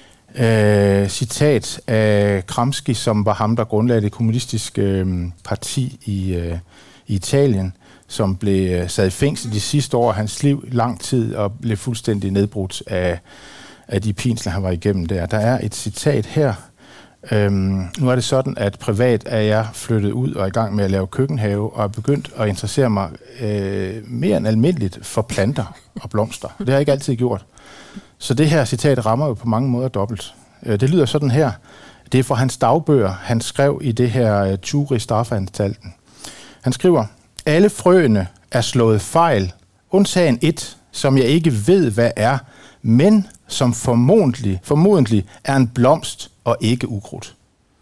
øh, citat af Gramsci, som var ham, der grundlagde det kommunistiske øh, parti i, øh, i Italien, som blev sat i fængsel de sidste år af hans liv, lang tid, og blev fuldstændig nedbrudt af, af de pinsler, han var igennem der. Der er et citat her. Øhm, nu er det sådan, at privat er jeg flyttet ud og er i gang med at lave køkkenhave, og er begyndt at interessere mig øh, mere end almindeligt for planter og blomster. Det har jeg ikke altid gjort. Så det her citat rammer jo på mange måder dobbelt. Øh, det lyder sådan her. Det er fra hans dagbøger, han skrev i det her uh, tur i straffanstalten. Han skriver: alle frøene er slået fejl, undtagen et, som jeg ikke ved, hvad er, men som formodentlig, formodentlig er en blomst og ikke ukrudt.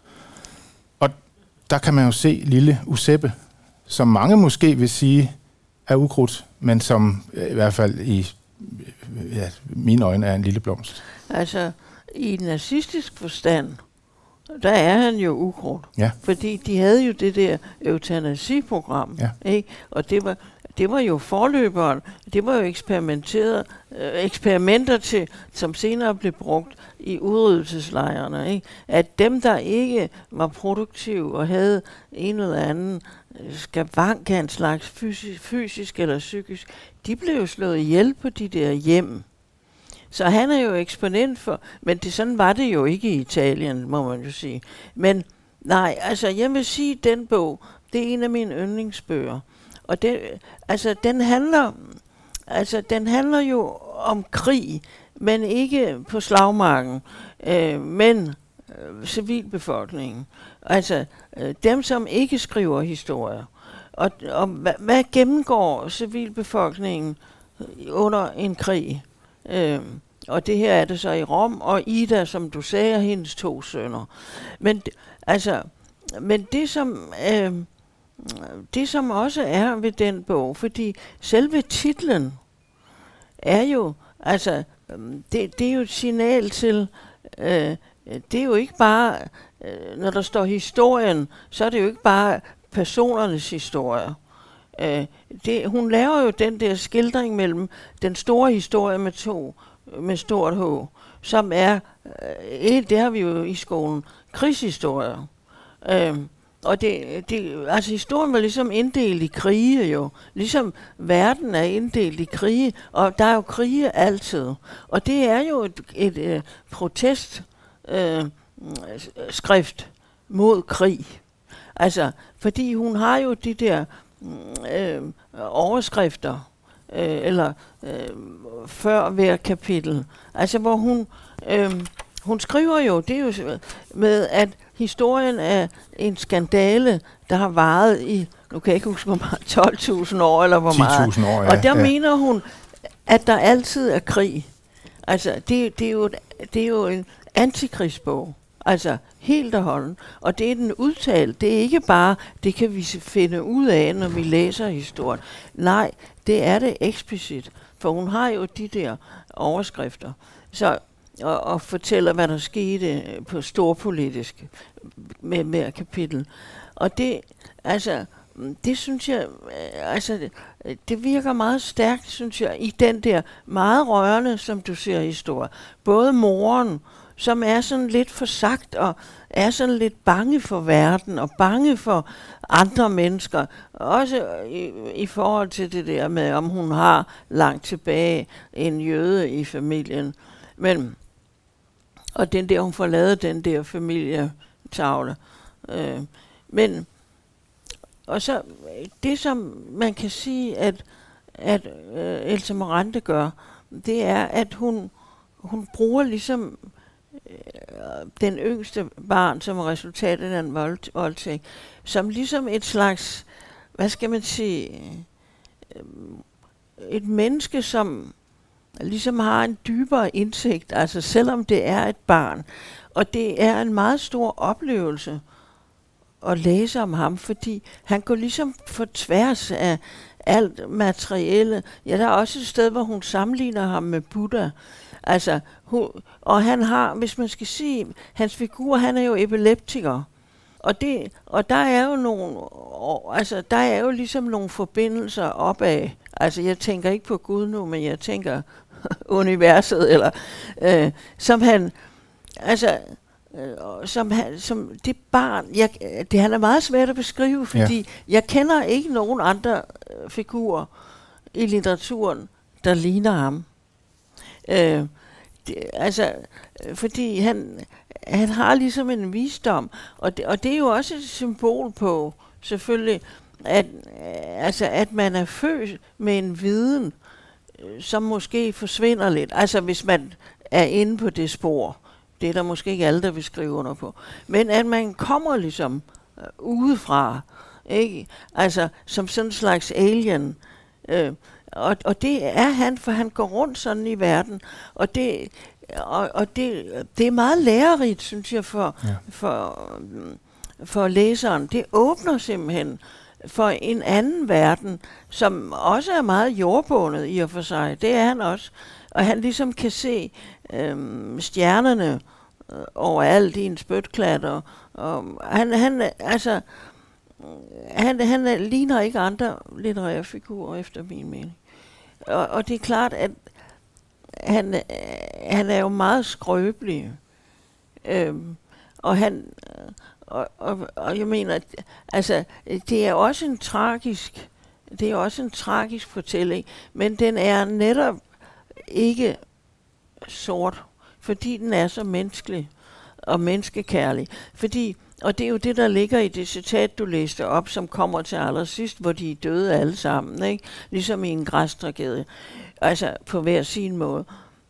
Og der kan man jo se lille Useppe, som mange måske vil sige er ukrudt, men som i hvert fald i ja, mine øjne er en lille blomst. Altså, i nazistisk forstand, der er han jo ukrudt. Ja. Fordi de havde jo det der eutanasiprogram, ja. ikke? Og det var, det var jo forløberen, det var jo eksperimenteret, øh, eksperimenter til, som senere blev brugt i udryddelseslejrene, ikke? At dem, der ikke var produktive og havde en eller anden skavank af en slags fysisk, fysisk eller psykisk, de blev jo slået ihjel på de der hjem. Så han er jo eksponent for, men det, sådan var det jo ikke i Italien, må man jo sige. Men nej, altså jeg vil sige, at den bog, det er en af mine yndlingsbøger. Og det, altså den handler, altså den handler jo om krig, men ikke på slagmarken, øh, men øh, civilbefolkningen. Altså øh, dem, som ikke skriver historier. Og, og hvad, hvad gennemgår civilbefolkningen under en krig? Øh, og det her er det så i Rom, og Ida, som du sagde, er hendes to sønner. Men altså, men det som øh, det som også er ved den bog, fordi selve titlen er jo, altså, det, det er jo et signal til, øh, det er jo ikke bare, øh, når der står historien, så er det jo ikke bare personernes historier. Øh, det, hun laver jo den der skildring mellem den store historie med to, med stort H, som er, øh, det har vi jo i skolen, krigshistorier. Øh, og det, det, altså historien var ligesom inddelt i krige jo, ligesom verden er inddelt i krige, og der er jo krige altid. Og det er jo et, et, et protest øh, skrift mod krig. Altså, fordi hun har jo de der øh, overskrifter, øh, eller øh, før hver kapitel, altså hvor hun, øh, hun skriver jo, det er jo med, at historien er en skandale, der har varet i, nu kan jeg ikke huske, hvor meget, tolv tusind år, eller hvor meget. ti tusind år, ja. Og der ja. mener hun, at der altid er krig. Altså, det, det, er, jo, det er jo en antikrigsbog. Altså, helt og holden. Og det er den udtalt. Det er ikke bare, det kan vi finde ud af, når vi læser historien. Nej, det er det eksplicit. For hun har jo de der overskrifter. Så Og, og fortæller, hvad der skete på storpolitisk med hver kapitel. Og det, altså, det synes jeg, altså, det, det virker meget stærkt, synes jeg, i den der meget rørende, som du siger, historie. Både moren, som er sådan lidt forsagt, og er sådan lidt bange for verden, og bange for andre mennesker, også i, i forhold til det der med, om hun har langt tilbage en jøde i familien. Men og den der, hun får lavet den der familietavle. Øh, men, og så, det som man kan sige, at, at øh, Elsa Morante gør, det er, at hun, hun bruger ligesom øh, den yngste barn, som er resultatet af en vold, voldtægt, som ligesom et slags, hvad skal man sige, øh, et menneske, som ligesom har en dybere indsigt, altså selvom det er et barn. Og det er en meget stor oplevelse at læse om ham, fordi han går ligesom på tværs af alt materielle. Ja, der er også et sted, hvor hun sammenligner ham med Buddha. Altså, hun, og han har, hvis man skal sige, hans figur, han er jo epileptiker. Og, det, og der er jo nogle, altså der er jo ligesom nogle forbindelser opad. Altså jeg tænker ikke på Gud nu, men jeg tænker universet, eller øh, som han, altså øh, som, han, som det barn, jeg, det han er meget svært at beskrive, fordi ja. jeg kender ikke nogen andre øh, figurer i litteraturen, der ligner ham. Øh, det, altså, fordi han, han har ligesom en visdom, og det, og det er jo også et symbol på, selvfølgelig, at, altså, at man er født med en viden, som måske forsvinder lidt. Altså hvis man er inde på det spor. Det er der måske ikke alle, der vil skrive under på. Men at man kommer ligesom øh, udefra, ikke? Altså som sådan en slags alien. Øh, og, og det er han, for han går rundt sådan i verden. Og det, og, og det, det er meget lærerigt, synes jeg, for, ja. for, for læseren. Det åbner simpelthen for en anden verden, som også er meget jordbundet i og for sig. Det er han også. Og han ligesom kan se øhm, stjernerne øh, overalt i en spytklat. Og han, han, altså, han, han ligner ikke andre litterære figurer, efter min mening. Og, og det er klart, at han, han er jo meget skrøbelig. Øhm, og han... Og, og, og jeg mener, altså, det er også en tragisk, det er også en tragisk fortælling, men den er netop ikke sort, fordi den er så menneskelig og menneskekærlig. Fordi, og det er jo det, der ligger i det citat, du læste op, som kommer til allersidst, hvor de er døde alle sammen, ikke? Ligesom i en græstragedie, altså på hver sin måde.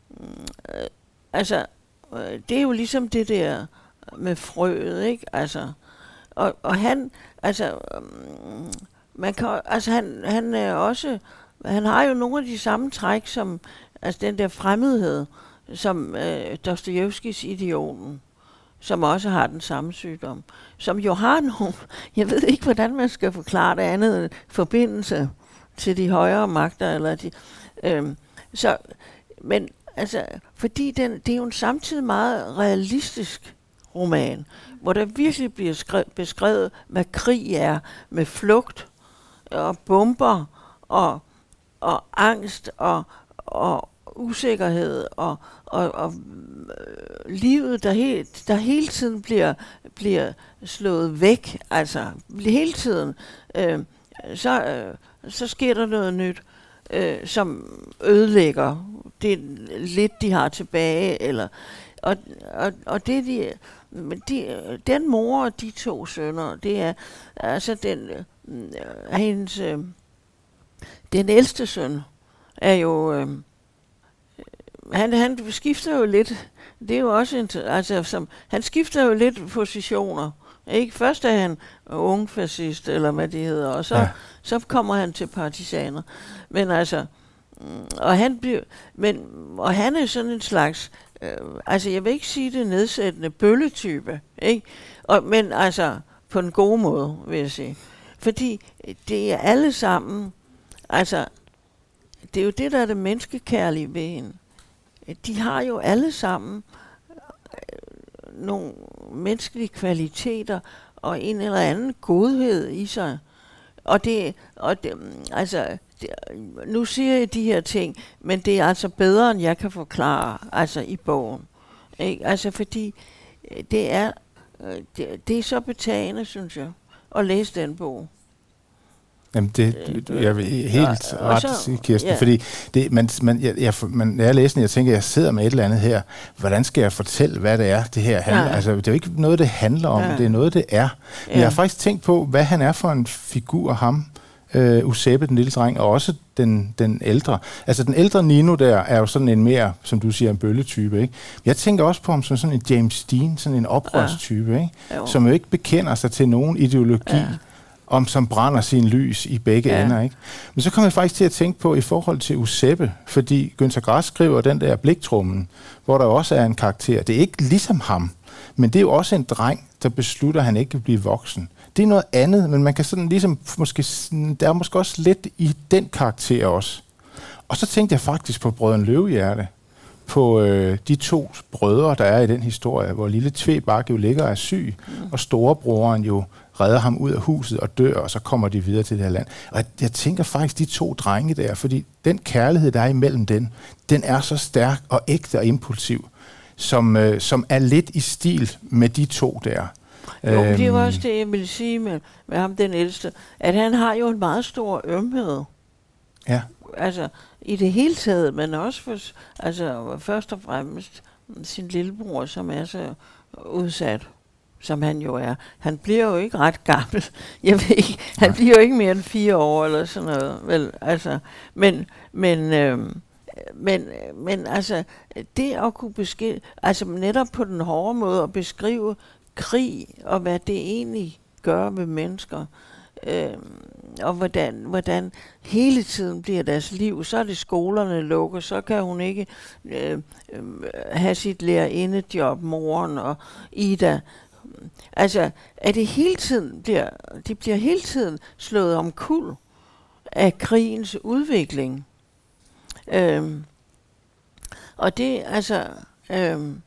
Altså, det er jo ligesom det der med frøet, ikke? Altså, og, og han, altså, um, man kan, altså han, han er også, han har jo nogle af de samme træk som, altså den der fremmedhed, som øh, Dostojevskijs Idioten, som også har den samme sygdom, som jo har nogle, jeg ved ikke, hvordan man skal forklare det andet end forbindelse til de højere magter, eller de, øh, så, men altså, fordi den, det er jo en samtidig meget realistisk roman, hvor der virkelig bliver skrevet, beskrevet, hvad krig er, med flugt og bomber og, og angst og, og usikkerhed og, og, og øh, livet, der, helt, der hele tiden bliver, bliver slået væk, altså hele tiden, øh, så, øh, så sker der noget nyt, øh, som ødelægger det lidt, de har tilbage, eller og, og, og det de Men de, den mor og de to sønner, det er altså den, øh, hendes, øh, den ældste søn er jo, øh, han, han skifter jo lidt, det er jo også, en, altså som, han skifter jo lidt positioner, ikke? Først er han ung fascist, eller hvad det hedder, og så, ja. så kommer han til partisaner, men altså, og han bliver, men, og han er sådan en slags, Uh, altså jeg vil ikke sige det nedsættende bølletype, ikke? Og, men altså på en god måde, vil jeg sige. Fordi det er alle sammen, altså det er jo det, der er det menneskekærlige ved hende. De har jo alle sammen uh, nogle menneskelige kvaliteter og en eller anden godhed i sig. Og det, og det altså det, nu siger jeg de her ting, men det er altså bedre, end jeg kan forklare, altså i bogen. Ikke? Altså fordi det er, det, det er så betagende, synes jeg, at læse den bog. Jamen det, jeg vil helt ja, ret sige, Kirsten, ja. Fordi det, man, man, jeg, jeg, man, når jeg læser den, jeg tænker, jeg sidder med et eller andet her, hvordan skal jeg fortælle, hvad det er, det her handler? Ja. Altså, det er jo ikke noget, det handler om, ja. Det er noget, det er. Men ja. Jeg har faktisk tænkt på, hvad han er for en figur, ham, uh, Useppe, den lille dreng, og også den, den ældre. Altså, den ældre Nino der, er jo sådan en mere, som du siger, en bølletype, ikke? Jeg tænker også på ham som sådan en James Dean, sådan en oprørstype, ikke? Jo. Som jo ikke bekender sig til nogen ideologi, ja. Om som brænder sin lys i begge ja. Ender, ikke? Men så kommer jeg faktisk til at tænke på i forhold til Useppe, fordi Günter Grass skriver den der Bliktrummen, hvor der også er en karakter. Det er ikke ligesom ham, men det er jo også en dreng, der beslutter, at han ikke vil blive voksen. Det er noget andet, men man kan sådan ligesom, måske, der er måske også lidt i den karakter også. Og så tænkte jeg faktisk på Brødrene Løvehjerte, på øh, de to brødre, der er i den historie, hvor lille Tvebak jo ligger og er syg, mm. og storebroren jo redder ham ud af huset og dør, og så kommer de videre til det her land. Og jeg, jeg tænker faktisk, de to drenge der, fordi den kærlighed, der er imellem den, den er så stærk og ægte og impulsiv, som, øh, som er lidt i stil med de to der. Jo, øhm, det var også det, jeg ville sige med, med ham, den ældste, at han har jo en meget stor ømhed. Ja. Altså, i det hele taget, men også for, altså, først og fremmest sin lillebror, som er så udsat, som han jo er. Han bliver jo ikke ret gammel. Jeg ved ikke, han Nej. bliver jo ikke mere end fire år, eller sådan noget. Vel, altså, men, men, øhm, men, men altså, det at kunne beskrive, altså netop på den hårde måde at beskrive krig, og hvad det egentlig gør med mennesker, øhm, og hvordan, hvordan hele tiden bliver deres liv. Så er det skolerne lukker, så kan hun ikke øh, øh, have sit lærerindejob, moren og Ida. Altså, at det hele tiden bliver, de bliver hele tiden slået omkuld af krigens udvikling. Øhm, og det, altså, øhm,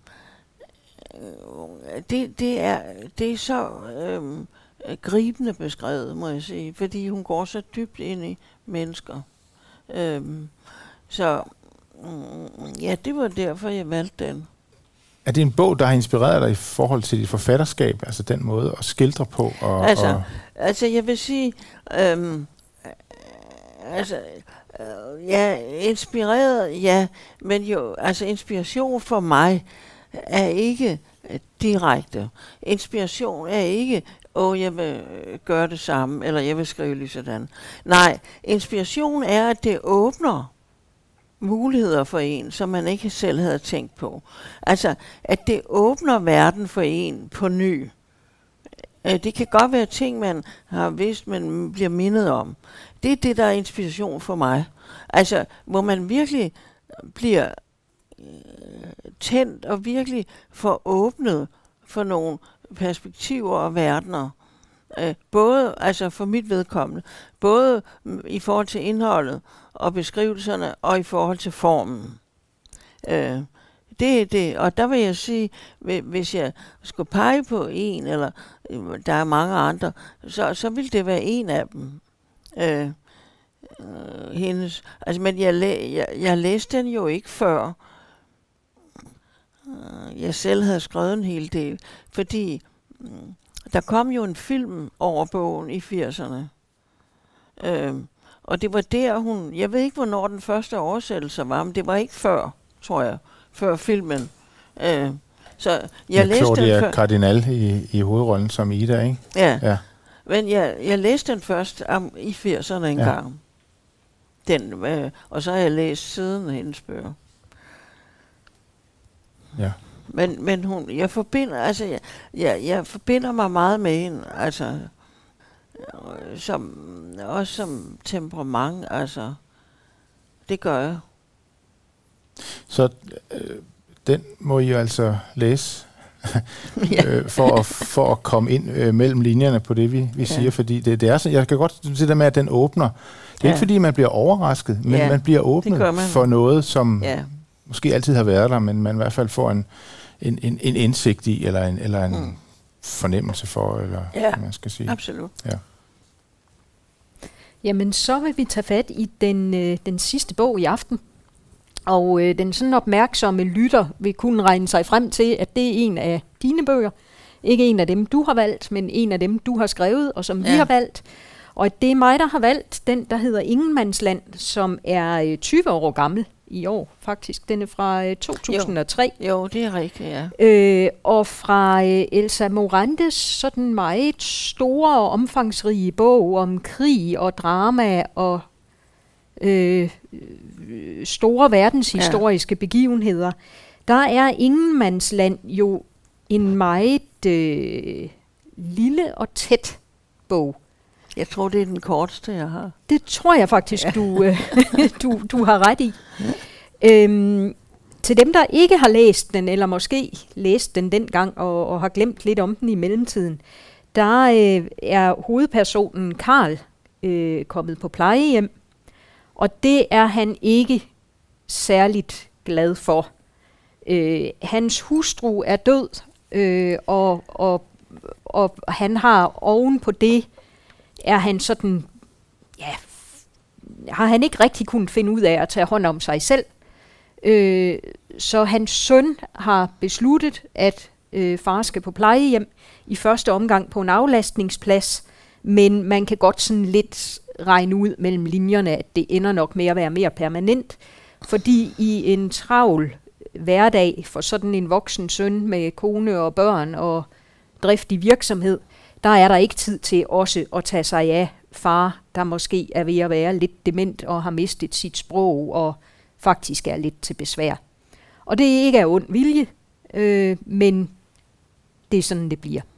det, det, er, det er så øhm, gribende beskrevet, må jeg sige, fordi hun går så dybt ind i mennesker. Øhm, så mm, ja, det var derfor, jeg valgte den. Er det en bog, der har inspireret dig i forhold til dit forfatterskab, altså den måde at skildre på? Og, altså, og altså, jeg vil sige, øhm, altså, øh, ja, inspireret, ja, men jo, altså inspiration for mig er ikke øh, direkte. Inspiration er ikke, åh, oh, jeg vil gøre det samme, eller jeg vil skrive lige sådan. Nej, inspiration er, at det åbner muligheder for en, som man ikke selv havde tænkt på. Altså, at det åbner verden for en på ny. Det kan godt være ting, man har vidst, man bliver mindet om. Det er det, der er inspiration for mig. Altså, hvor man virkelig bliver øh, tændt og virkelig får åbnet for nogle perspektiver og verdener. Øh, både, altså for mit vedkommende, både i forhold til indholdet og beskrivelserne, og i forhold til formen. Øh, det er det, og der vil jeg sige, hvis jeg skulle pege på en, eller der er mange andre, så, så vil det være en af dem. Øh, øh, hendes, altså, men jeg, læ, jeg, jeg læste den jo ikke før. Jeg selv havde skrevet en hel del, fordi der kom jo en film over bogen i firserne. Øh, og det var der, hun... Jeg ved ikke, hvornår den første oversættelse var, men det var ikke før, tror jeg, før filmen. Øh, så jeg ja, læste Claudia den før... Cardinal i, i hovedrollen som Ida, ikke? Ja, ja. Men jeg, jeg læste den først um, i firserne engang. Ja. Den, øh, og så har jeg læst siden hendes bøger. Ja. Men, men hun, jeg forbinder, altså, jeg, jeg, jeg forbinder mig meget med hende, altså, som, også som temperament, altså, det gør jeg. Så øh, den må I jo altså læse, øh, for, at, for at komme ind øh, mellem linjerne på det, vi, vi ja. siger, fordi det, det er så, jeg kan godt det der med, at den åbner. Det er ja. ikke fordi, man bliver overrasket, men ja, man bliver åbnet man. for noget, som ja. måske altid har været der, men man i hvert fald får en En, en, en indsigt i, eller en, eller en mm. fornemmelse for, eller ja, hvad man skal sige. Absolut. Ja. Jamen, så vil vi tage fat i den, øh, den sidste bog i aften. Og øh, den sådan opmærksomme lytter vil kunne regne sig frem til, at det er en af dine bøger. Ikke en af dem, du har valgt, men en af dem, du har skrevet, og som ja. vi har valgt. Og det er mig, der har valgt den, der hedder Ingenmandsland, som er øh, tyve år gammel. I år, faktisk. Den er fra øh, to tusind og tre. Jo, jo, det er rigtigt, ja. Øh, og fra øh, Elsa Morantes sådan meget store og omfangsrige bog om krig og drama og øh, store verdenshistoriske ja. begivenheder. Der er Ingenmandsland jo en meget øh, lille og tæt bog. Jeg tror, det er den korteste, jeg har. Det tror jeg faktisk, ja. du, øh, du, du har ret i. Ja. Øhm, til dem, der ikke har læst den, eller måske læst den dengang, og, og har glemt lidt om den i mellemtiden, der øh, er hovedpersonen Karl øh, kommet på plejehjem, og det er han ikke særligt glad for. Øh, hans hustru er død, øh, og, og, og han har oven på det, er han sådan, ja, har han ikke rigtig kunnet finde ud af at tage hånd om sig selv. Øh, så hans søn har besluttet, at øh, far skal på plejehjem, i første omgang på en aflastningsplads, men man kan godt sådan lidt regne ud mellem linjerne, at det ender nok med at være mere permanent, fordi i en travl hverdag for sådan en voksen søn med kone og børn og driftig virksomhed, der er der ikke tid til også at tage sig af far, der måske er ved at være lidt dement og har mistet sit sprog og faktisk er lidt til besvær. Og det er ikke af ond vilje, øh, men det er sådan, det bliver.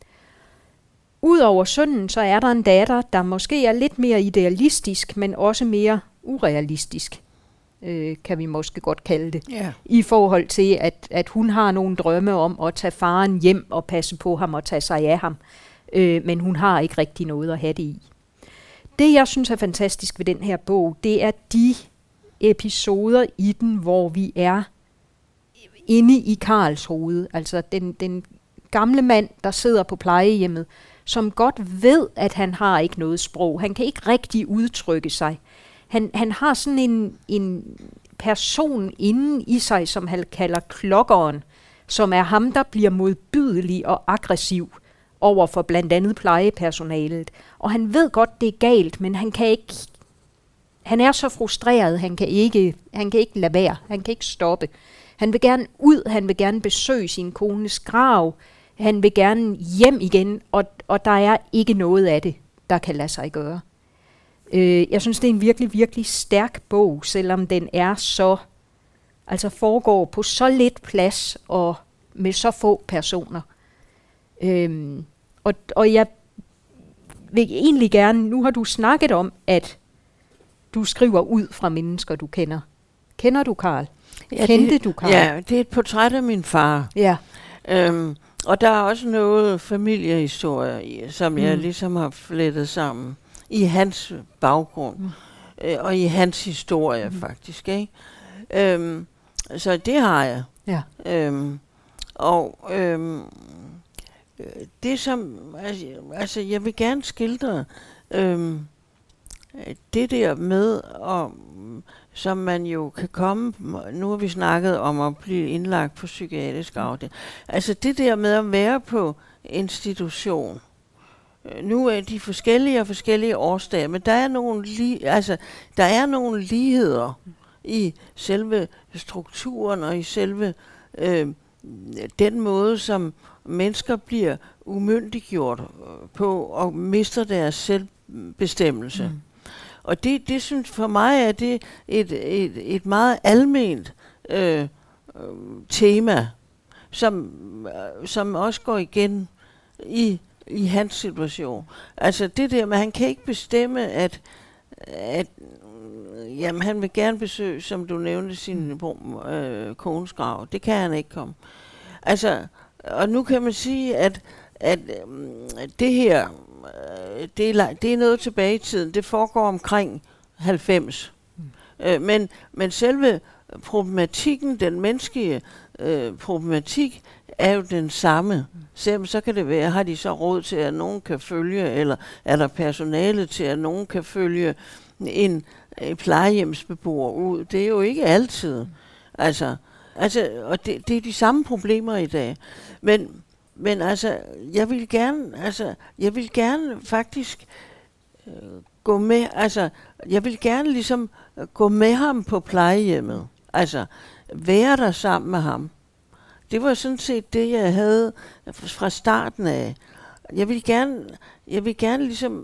Udover sønnen, så er der en datter, der måske er lidt mere idealistisk, men også mere urealistisk, øh, kan vi måske godt kalde det. Yeah. I forhold til, at, at hun har nogle drømme om at tage faren hjem og passe på ham og tage sig af ham. Øh, men hun har ikke rigtig noget at have det i. Det, jeg synes er fantastisk ved den her bog, det er de episoder i den, hvor vi er inde i Karls hoved. Altså den, den gamle mand, der sidder på plejehjemmet, som godt ved, at han har ikke noget sprog. Han kan ikke rigtig udtrykke sig. Han, han har sådan en, en person inde i sig, som han kalder klokkeren, som er ham, der bliver modbydelig og aggressiv over for blandt andet plejepersonalet. Og han ved godt, det er galt, men han kan ikke. Han er så frustreret, han kan ikke, han kan ikke lade være. Han kan ikke stoppe. Han vil gerne ud, han vil gerne besøge sin kones grav. Han vil gerne hjem igen, og, og der er ikke noget af det, der kan lade sig gøre. Øh, jeg synes, det er en virkelig, virkelig stærk bog, selvom den er så, altså foregår på så lidt plads og med så få personer. Øh, og, og jeg vil egentlig gerne, nu har du snakket om, at du skriver ud fra mennesker, du kender. Kender du Karl? Ja, Kendte det, du Karl? Ja, det er et portræt af min far. Ja. Øhm, og der er også noget familiehistorie i, som mm. jeg ligesom har flettet sammen i hans baggrund mm. øh, og i hans historie mm. faktisk, ikke? Øhm, så det har jeg. Ja. Øhm, og øhm, det som altså, altså jeg vil gerne skildre øhm, det der med og som man jo kan komme, nu har vi snakket om at blive indlagt på psykiatrisk afdeling. Altså det der med at være på institution. Nu er de forskellige og forskellige årsager, men der er nogle li- altså der er nogle ligheder i selve strukturen og i selve øh, den måde, som mennesker bliver umyndiggjort på og mister deres selvbestemmelse. Mm. Og det, det synes for mig er det et, et, et meget alment øh, tema, som, som også går igen i, i hans situation. Altså det der med, han kan ikke bestemme, at, at jamen, han vil gerne besøge, som du nævnte, sin øh, kones grav. Det kan han ikke komme. Altså, og nu kan man sige, at, at øh, det her, øh, det, er, det er noget tilbage i tiden. Det foregår omkring halvfems. Mm. Øh, men, men selve problematikken, den menneskelige øh, problematik, er jo den samme. Mm. Selvom så kan det være, har de så råd til, at nogen kan følge, eller er der personale til, at nogen kan følge en øh, plejehjemsbeboer ud. Det er jo ikke altid. Mm. Altså, altså, og det, det er de samme problemer i dag. Men, men altså, jeg vil gerne, altså, jeg vil gerne faktisk øh, gå med, altså, jeg vil gerne ligesom gå med ham på plejehjemmet. Altså, være der sammen med ham. Det var sådan set det, jeg havde fra starten af. Jeg vil gerne, jeg vil gerne ligesom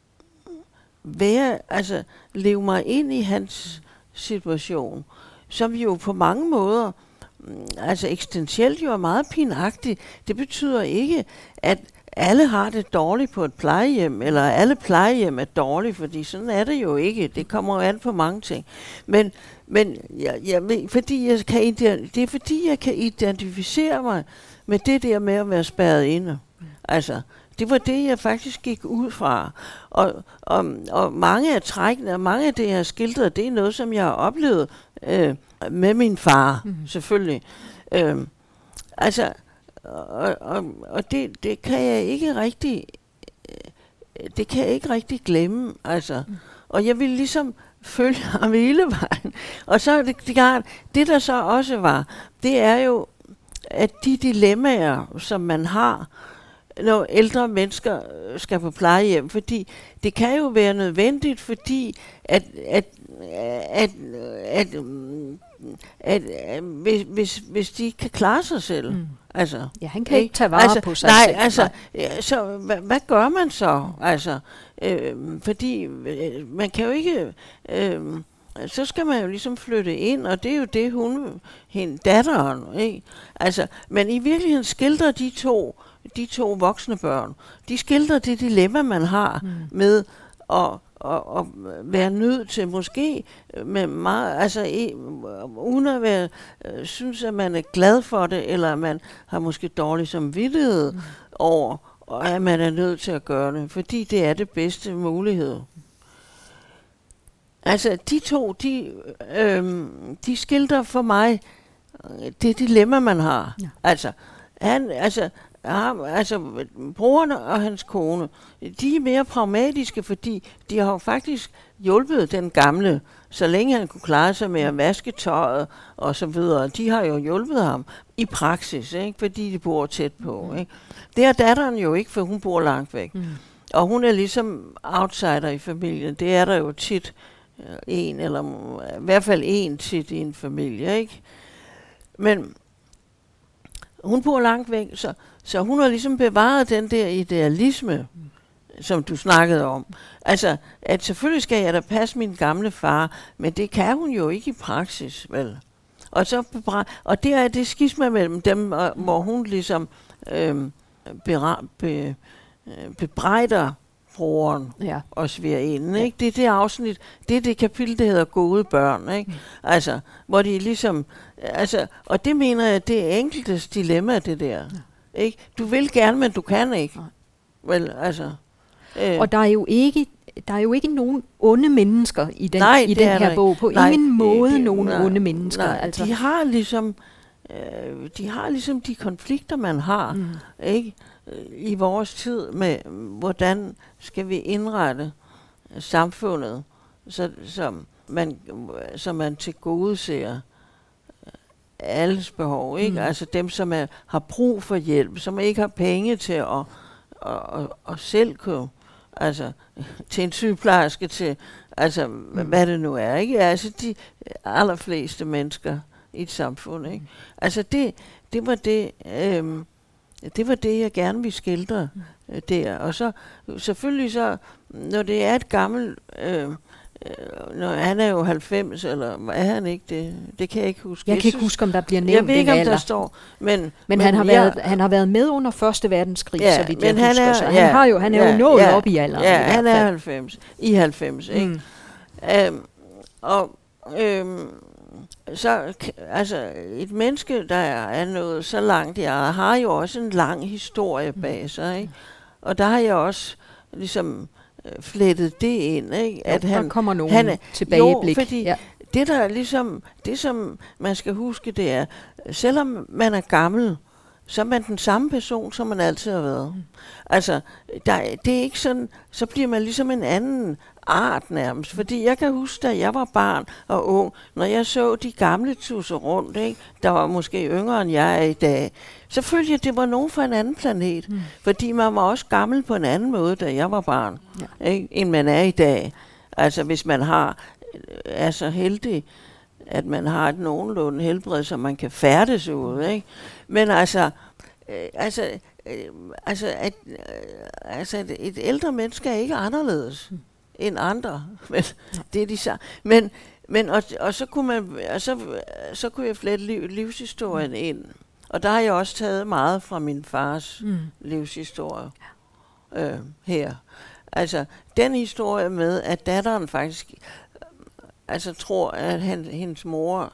være, altså, leve mig ind i hans situation, som jo på mange måder, altså eksistentielt jo er meget pinagtigt. Det betyder ikke, at alle har det dårligt på et plejehjem, eller alle plejehjem er dårlige, fordi sådan er det jo ikke. Det kommer jo an på mange ting. Men, men jeg, jeg, fordi jeg kan, det er fordi, jeg kan identificere mig med det der med at være spærret inde. Altså, det var det, jeg faktisk gik ud fra. Og, og, og mange af trækkene, og mange af det, jeg har skildret, det er noget, som jeg har oplevet øh, med min far, mm. selvfølgelig. Øhm, altså, og, og, og det, det kan jeg ikke rigtig, det kan jeg ikke rigtig glemme, altså. Mm. Og jeg ville ligesom følge ham hele vejen. Og så er det klart, det der så også var, det er jo, at de dilemmaer, som man har, når ældre mennesker skal på plejehjem, fordi det kan jo være nødvendigt, fordi at, at, at, at, at, at hvis, hvis, hvis de kan klare sig selv. Mm. Altså, ja, han kan ikke, ikke tage vare altså, på sig nej, selv. Altså, ja, så hvad, hvad gør man så? Altså, øh, fordi øh, man kan jo ikke... Øh, så skal man jo ligesom flytte ind, og det er jo det, hun, hende, datteren, ikke? Altså, men i virkeligheden skildrer de to, de to voksne børn, de skildrer det dilemma, man har mm. med at, at, at være nødt til, måske med meget, altså e, uden at være, øh, synes, at man er glad for det, eller man har måske dårlig samvittighed mm. over, og at man er nødt til at gøre det, fordi det er det bedste mulighed. Altså, de to, de, øhm, de skildrer for mig det dilemma, man har. Ja. Altså, han, altså, ham, altså, broren og hans kone, de er mere pragmatiske, fordi de har jo faktisk hjulpet den gamle, så længe han kunne klare sig med at vaske tøjet og så videre. De har jo hjulpet ham i praksis, ikke? Fordi de bor tæt på. Ikke? Det er datteren jo ikke, for hun bor langt væk. Mm. Og hun er ligesom outsider i familien. Det er der jo tit. En, eller i hvert fald en tit i en familie, ikke? Men hun bor langt væk, så, så hun har ligesom bevaret den der idealisme, mm. som du snakkede om. Altså, at selvfølgelig skal jeg da passe min gamle far, men det kan hun jo ikke i praksis, vel? Og, så bebra- og det er det skisma mellem dem, og, hvor hun ligesom øhm, bera- be- bebrejder broren ja. og svigerinde, ikke? Ja. Det er det afsnit, det er det kapitel, der hedder Gode børn, ikke? Mm. Altså, hvor de ligesom, altså, og det mener jeg, det er enkeltes dilemma, det der, ja. Ikke? Du vil gerne, men du kan ikke. Nej. Vel, altså. Øh. Og der er jo ikke, der er jo ikke nogen onde mennesker i den, nej, i den her bog, på nej, ingen måde det, nogen nej, onde mennesker. Nej, altså. De har ligesom, øh, de har ligesom de konflikter, man har, mm. ikke? I vores tid med, hvordan skal vi indrette samfundet, så, som man, så man tilgodeser alles behov, ikke? Mm. Altså dem, som er, har brug for hjælp, som ikke har penge til at, at, at, at selv kunne, altså til en sygeplejerske, til, altså mm. hvad det nu er, ikke? Altså de allerfleste mennesker i et samfund, ikke? Altså det, det var det, øhm, det var det, jeg gerne ville skildre mm. der. Og så selvfølgelig så, når det er et gammelt, øh, når han er jo halvfems, eller er han ikke det? Det kan jeg ikke huske. Jeg, jeg kan ikke huske, om der bliver nævnt jeg ved ikke, om alder. der står. Men, men, men han, har jeg, været, han har været med under første verdenskrig, ja, så vidt jeg jeg han husker. Er, så ja, han, har jo, han er ja, jo nået ja, op i alderen. Ja, i han er halvfems. I halvfems, ikke? Mm. Øhm, og øhm, så, altså, et menneske, der er nået så langt, jeg har jo også en lang historie bag sig, ikke? Og der har jeg også ligesom flettet det ind, ikke? At jo, han, der kommer nogen han, tilbageblik. Jo, fordi ja. det der ligesom, det som man skal huske, det er, selvom man er gammel, så er man den samme person, som man altid har været. Mm. Altså, der, det er ikke sådan, så bliver man ligesom en anden art nærmest. Fordi jeg kan huske, da jeg var barn og ung, når jeg så de gamle tusse rundt, ikke, der var måske yngre end jeg er i dag, så følte jeg, at det var nogen fra en anden planet. Mm. Fordi man var også gammel på en anden måde, da jeg var barn, ja. ikke, end man er i dag. Altså, hvis man har, er så heldig, at man har et nogenlunde helbred, så man kan færdes ud, ikke? Men altså, øh, altså, øh, altså, at, øh, altså et, et ældre menneske er ikke anderledes mm. end andre. Men, ja. Det er de samme. Men, men og, og så kunne man, og så, så kunne jeg flette liv, livshistorien mm. ind. Og der har jeg også taget meget fra min fars mm. livshistorie øh, her. Altså, den historie med, at datteren faktisk altså tror, at han, hendes mor,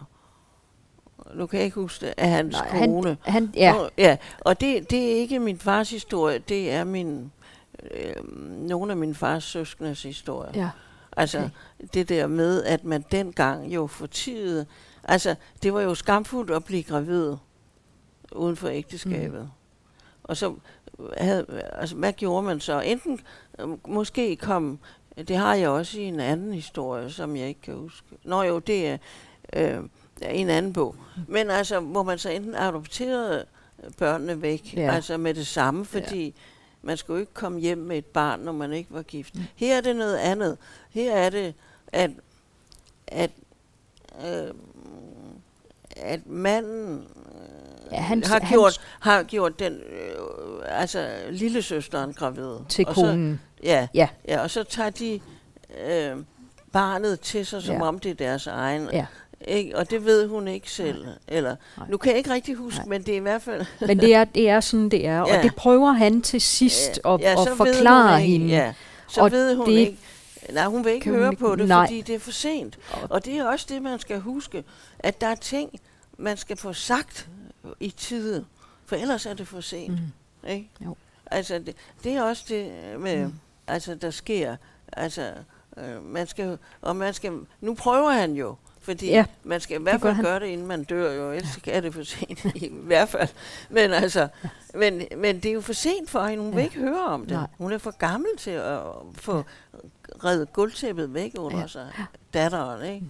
nu kan jeg ikke huske det, er hans Nej, kone. Han, han, ja. Nå, ja. Og det, det er ikke min fars historie, det er min, øh, nogle af min fars søskendes historie. Ja. Altså okay. det der med, at man dengang jo fortidede Altså, det var jo skamfuldt at blive gravid uden for ægteskabet. Mm. Og så havde, altså, hvad gjorde man så? Enten øh, måske kom, det har jeg også i en anden historie, som jeg ikke kan huske. Nå jo, det er øh, en anden bog. Men altså, hvor man så enten adopterede børnene væk, ja. altså med det samme, fordi ja. man skulle ikke komme hjem med et barn, når man ikke var gift. Mm. Her er det noget andet. Her er det, at, at, øh, at manden ja, hans, har, gjort, har gjort den, øh, altså lillesøsteren gravid. Til og konen. Så, ja, ja. ja, og så tager de øh, barnet til sig, som ja. om det er deres egen. Ja. Ikke? Og det ved hun ikke selv. Eller, nu kan jeg ikke rigtig huske, Nej. men det er i hvert fald... men det er, det er sådan, det er. Ja. Og det prøver han til sidst ja. at, ja, at forklare ikke, hende. Ja. Så og ved hun det ikke... Nej, hun vil ikke høre ikke, på det, nej. fordi det er for sent. Og det er også det, man skal huske, at der er ting, man skal få sagt i tide, for ellers er det for sent. Mm. Ikke? Jo. Altså, det, det er også det, med, mm. altså, der sker. Altså, øh, man skal, og man skal... Nu prøver han jo, fordi ja, man skal i hvert fald gøre det, inden man dør jo, ellers ja. er det for sent i hvert fald. Men altså, ja. men, men det er jo for sent for hende, hun ja. vil ikke høre om det. Nej. Hun er for gammel til at få ja. reddet gulvtæppet væk under ja. sig, datteren, ikke?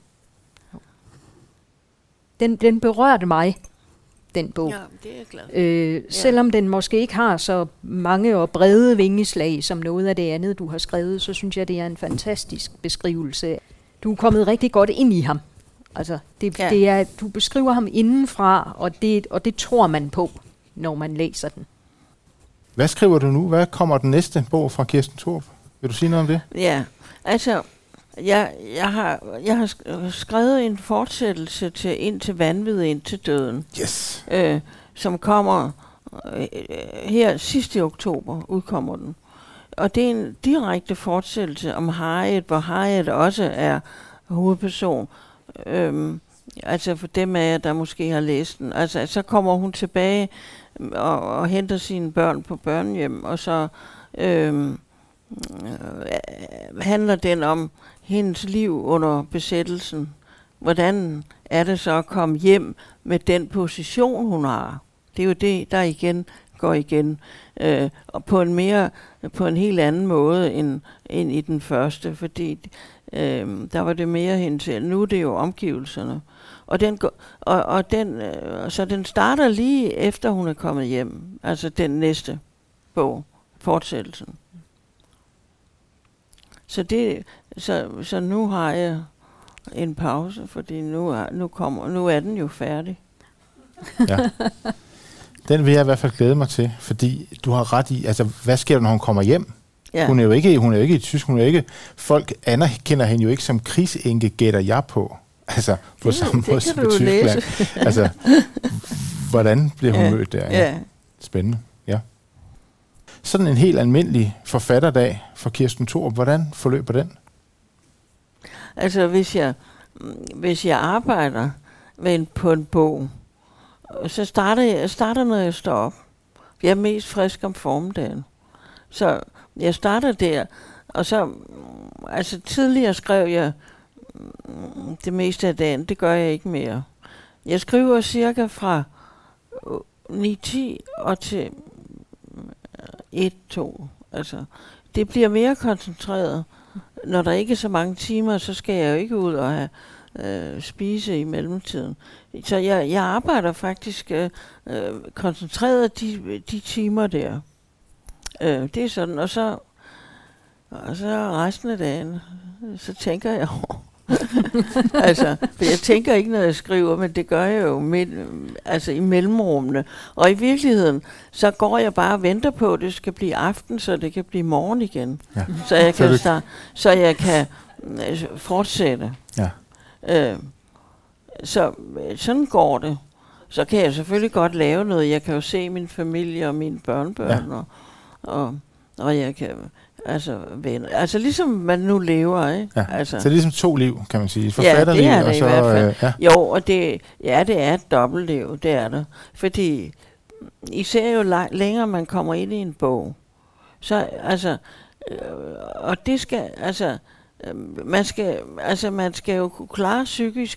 Den, den berørte mig, den bog. Ja, det er jeg glad. Øh, selvom ja. den måske ikke har så mange og brede vingeslag som noget af det andet, du har skrevet, så synes jeg, det er en fantastisk beskrivelse. Du er kommet rigtig godt ind i ham. Altså, det, ja. det er, du beskriver ham indenfra, og det, og det tror man på, når man læser den. Hvad skriver du nu? Hvad kommer den næste bog fra Kirsten Thorup? Vil du sige noget om det? Ja, altså, jeg, jeg, har, jeg har skrevet en fortsættelse til Ind til vanvid, ind til døden. Yes. Øh, som kommer øh, her sidst i oktober, udkommer den. Og det er en direkte fortsættelse om Harriet, hvor Harriet også er hovedperson. Øhm, altså for dem af jer, der måske har læst den. Altså så kommer hun tilbage og, og henter sine børn på børnehjem, og så øhm, øh, handler den om hendes liv under besættelsen. Hvordan er det så at komme hjem med den position, hun har? Det er jo det, der igen går igen. Øh, og på en mere, på en helt anden måde end, end i den første, fordi øh, der var det mere hen til. Nu er det jo omgivelserne. Og den, og, og den, øh, så den starter lige efter hun er kommet hjem. Altså den næste bog, fortsættelsen. Så det, så, så nu har jeg en pause, fordi nu er, nu kommer, nu er den jo færdig. Ja. Den vil jeg i hvert fald glæde mig til, fordi du har ret i, altså hvad sker der, når hun kommer hjem? Ja. Hun er jo ikke, hun er jo ikke i tysk, hun er ikke, folk anerkender hende jo ikke som krigsenke, gætter jeg på. Altså på det, samme måde som i Tyskland. Altså, hvordan bliver hun ja. mødt der? Ja. Ja. Spændende, ja. Sådan en helt almindelig forfatterdag for Kirsten Thorup, hvordan forløber den? Altså hvis jeg, hvis jeg arbejder med en, på en bog, så starter jeg starter, når jeg står op. Jeg er mest frisk om formiddagen. Så jeg starter der, og så, altså tidligere skrev jeg det meste af dagen, det gør jeg ikke mere. Jeg skriver cirka fra ni ti og til et to. Altså, det bliver mere koncentreret. Når der ikke er så mange timer, så skal jeg jo ikke ud og have øh, spise i mellemtiden. Så jeg, jeg arbejder faktisk øh, øh, koncentreret de, de timer der. Øh, det er sådan, og så, og så resten af dagen, så tænker jeg over. Altså, for jeg tænker ikke, når jeg skriver, men det gør jeg jo med, altså i mellemrummene. Og i virkeligheden, så går jeg bare og venter på, at det skal blive aften, så det kan blive morgen igen. Ja. Så jeg kan, start, så jeg kan øh, fortsætte. Ja. Øh, så sådan går det. Så kan jeg selvfølgelig godt lave noget. Jeg kan jo se min familie og mine børnebørn, ja. og, og, og jeg kan... Altså, venner. Altså ligesom man nu lever, ikke? Ja. Altså. Så det er ligesom to liv, kan man sige. Forfatterliv, ja, det er det og så, i hvert fald. Øh, ja. Jo, og det, ja, det er et dobbeltliv, det er det. Fordi især jo la- længere man kommer ind i en bog, så altså, øh, og det skal, altså, øh, man skal, altså man skal jo kunne klare psykisk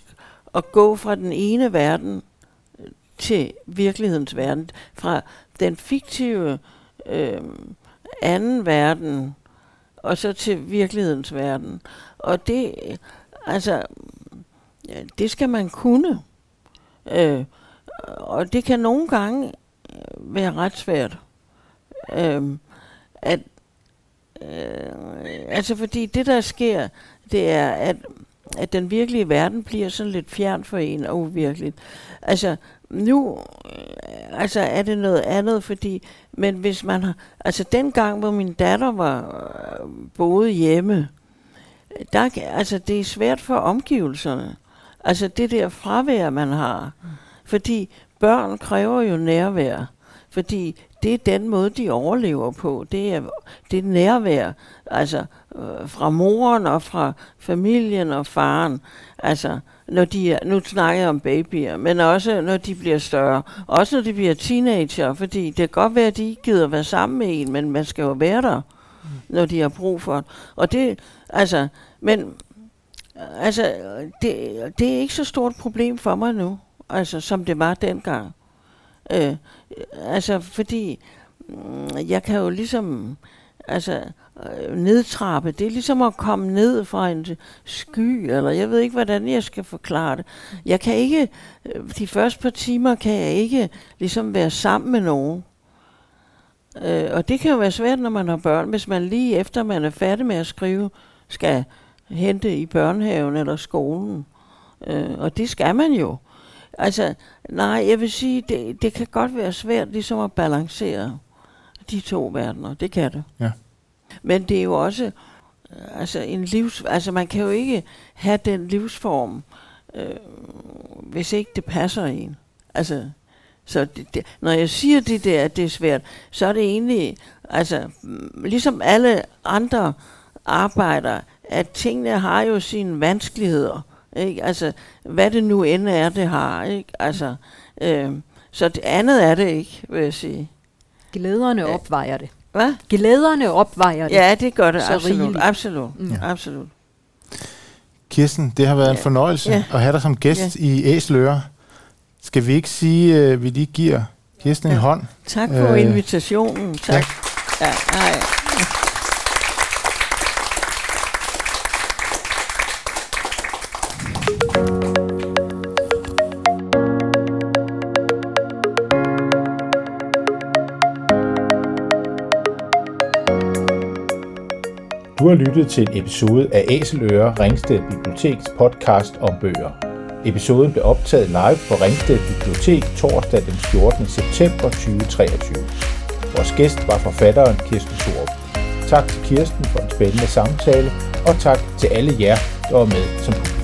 at gå fra den ene verden til virkelighedens verden, fra den fiktive øh, anden verden, og så til virkelighedens verden. Og det, altså, det skal man kunne. Øh, og det kan nogle gange være ret svært. Øh, at, øh, altså, fordi det, der sker, det er, at, at den virkelige verden bliver sådan lidt fjern for en og uvirkeligt. Altså, nu altså er det noget andet, fordi, men hvis man har, altså dengang, hvor min datter var øh, boede hjemme, der, altså det er svært for omgivelserne. Altså det der fravær, man har. Mm. Fordi børn kræver jo nærvær. Fordi det er den måde, de overlever på. Det er, det er nærvær. Altså øh, fra moren og fra familien og faren. Altså når de er, nu snakker jeg om babyer, men også når de bliver større. Også når de bliver teenager, fordi det kan godt være, at de ikke gider være sammen med en, men man skal jo være der, mm. når de har brug for det. Og det, altså, men altså, det, det er ikke så stort problem for mig nu, altså, som det var dengang. Øh, altså, fordi øh, jeg kan jo ligesom, altså, øh, nedtrappe. Det er ligesom at komme ned fra en sky, eller jeg ved ikke, hvordan jeg skal forklare det. Jeg kan ikke, de første par timer kan jeg ikke ligesom være sammen med nogen. Øh, og det kan jo være svært, når man har børn, hvis man lige efter man er færdig med at skrive, skal hente i børnehaven eller skolen. Øh, og det skal man jo. Altså, nej, jeg vil sige, det, det kan godt være svært ligesom at balancere de to verdener. Det kan det. Ja. Men det er jo også altså en livs, altså man kan jo ikke have den livsform, øh, hvis ikke det passer en. Altså, så det, det, når jeg siger det der, at det er svært, så er det egentlig, altså ligesom alle andre arbejder, at tingene har jo sine vanskeligheder. Ikke? Altså, hvad det nu end er, det har. Ikke? Altså, øh, så det andet er det ikke, vil jeg sige. Glæderne opvejer det. Hvad? Glæderne opvejer det. Ja, det gør det. Så Absolut. rigeligt. Absolut. Mm. Ja. Absolut. Kirsten, det har været ja. en fornøjelse ja. at have dig som gæst ja. i Æseløre. Skal vi ikke sige, at vi lige giver Kirsten ja. en hånd? Tak for øh, invitationen. Tak. Ja. Ja, hej. Du har lyttet til en episode af Æseløre Ringsted Biblioteks podcast om bøger. Episoden blev optaget live på Ringsted Bibliotek torsdag den fjortende september tyve treogtyve. Vores gæst var forfatteren Kirsten Thorup. Tak til Kirsten for en spændende samtale, og tak til alle jer, der var med som publikum.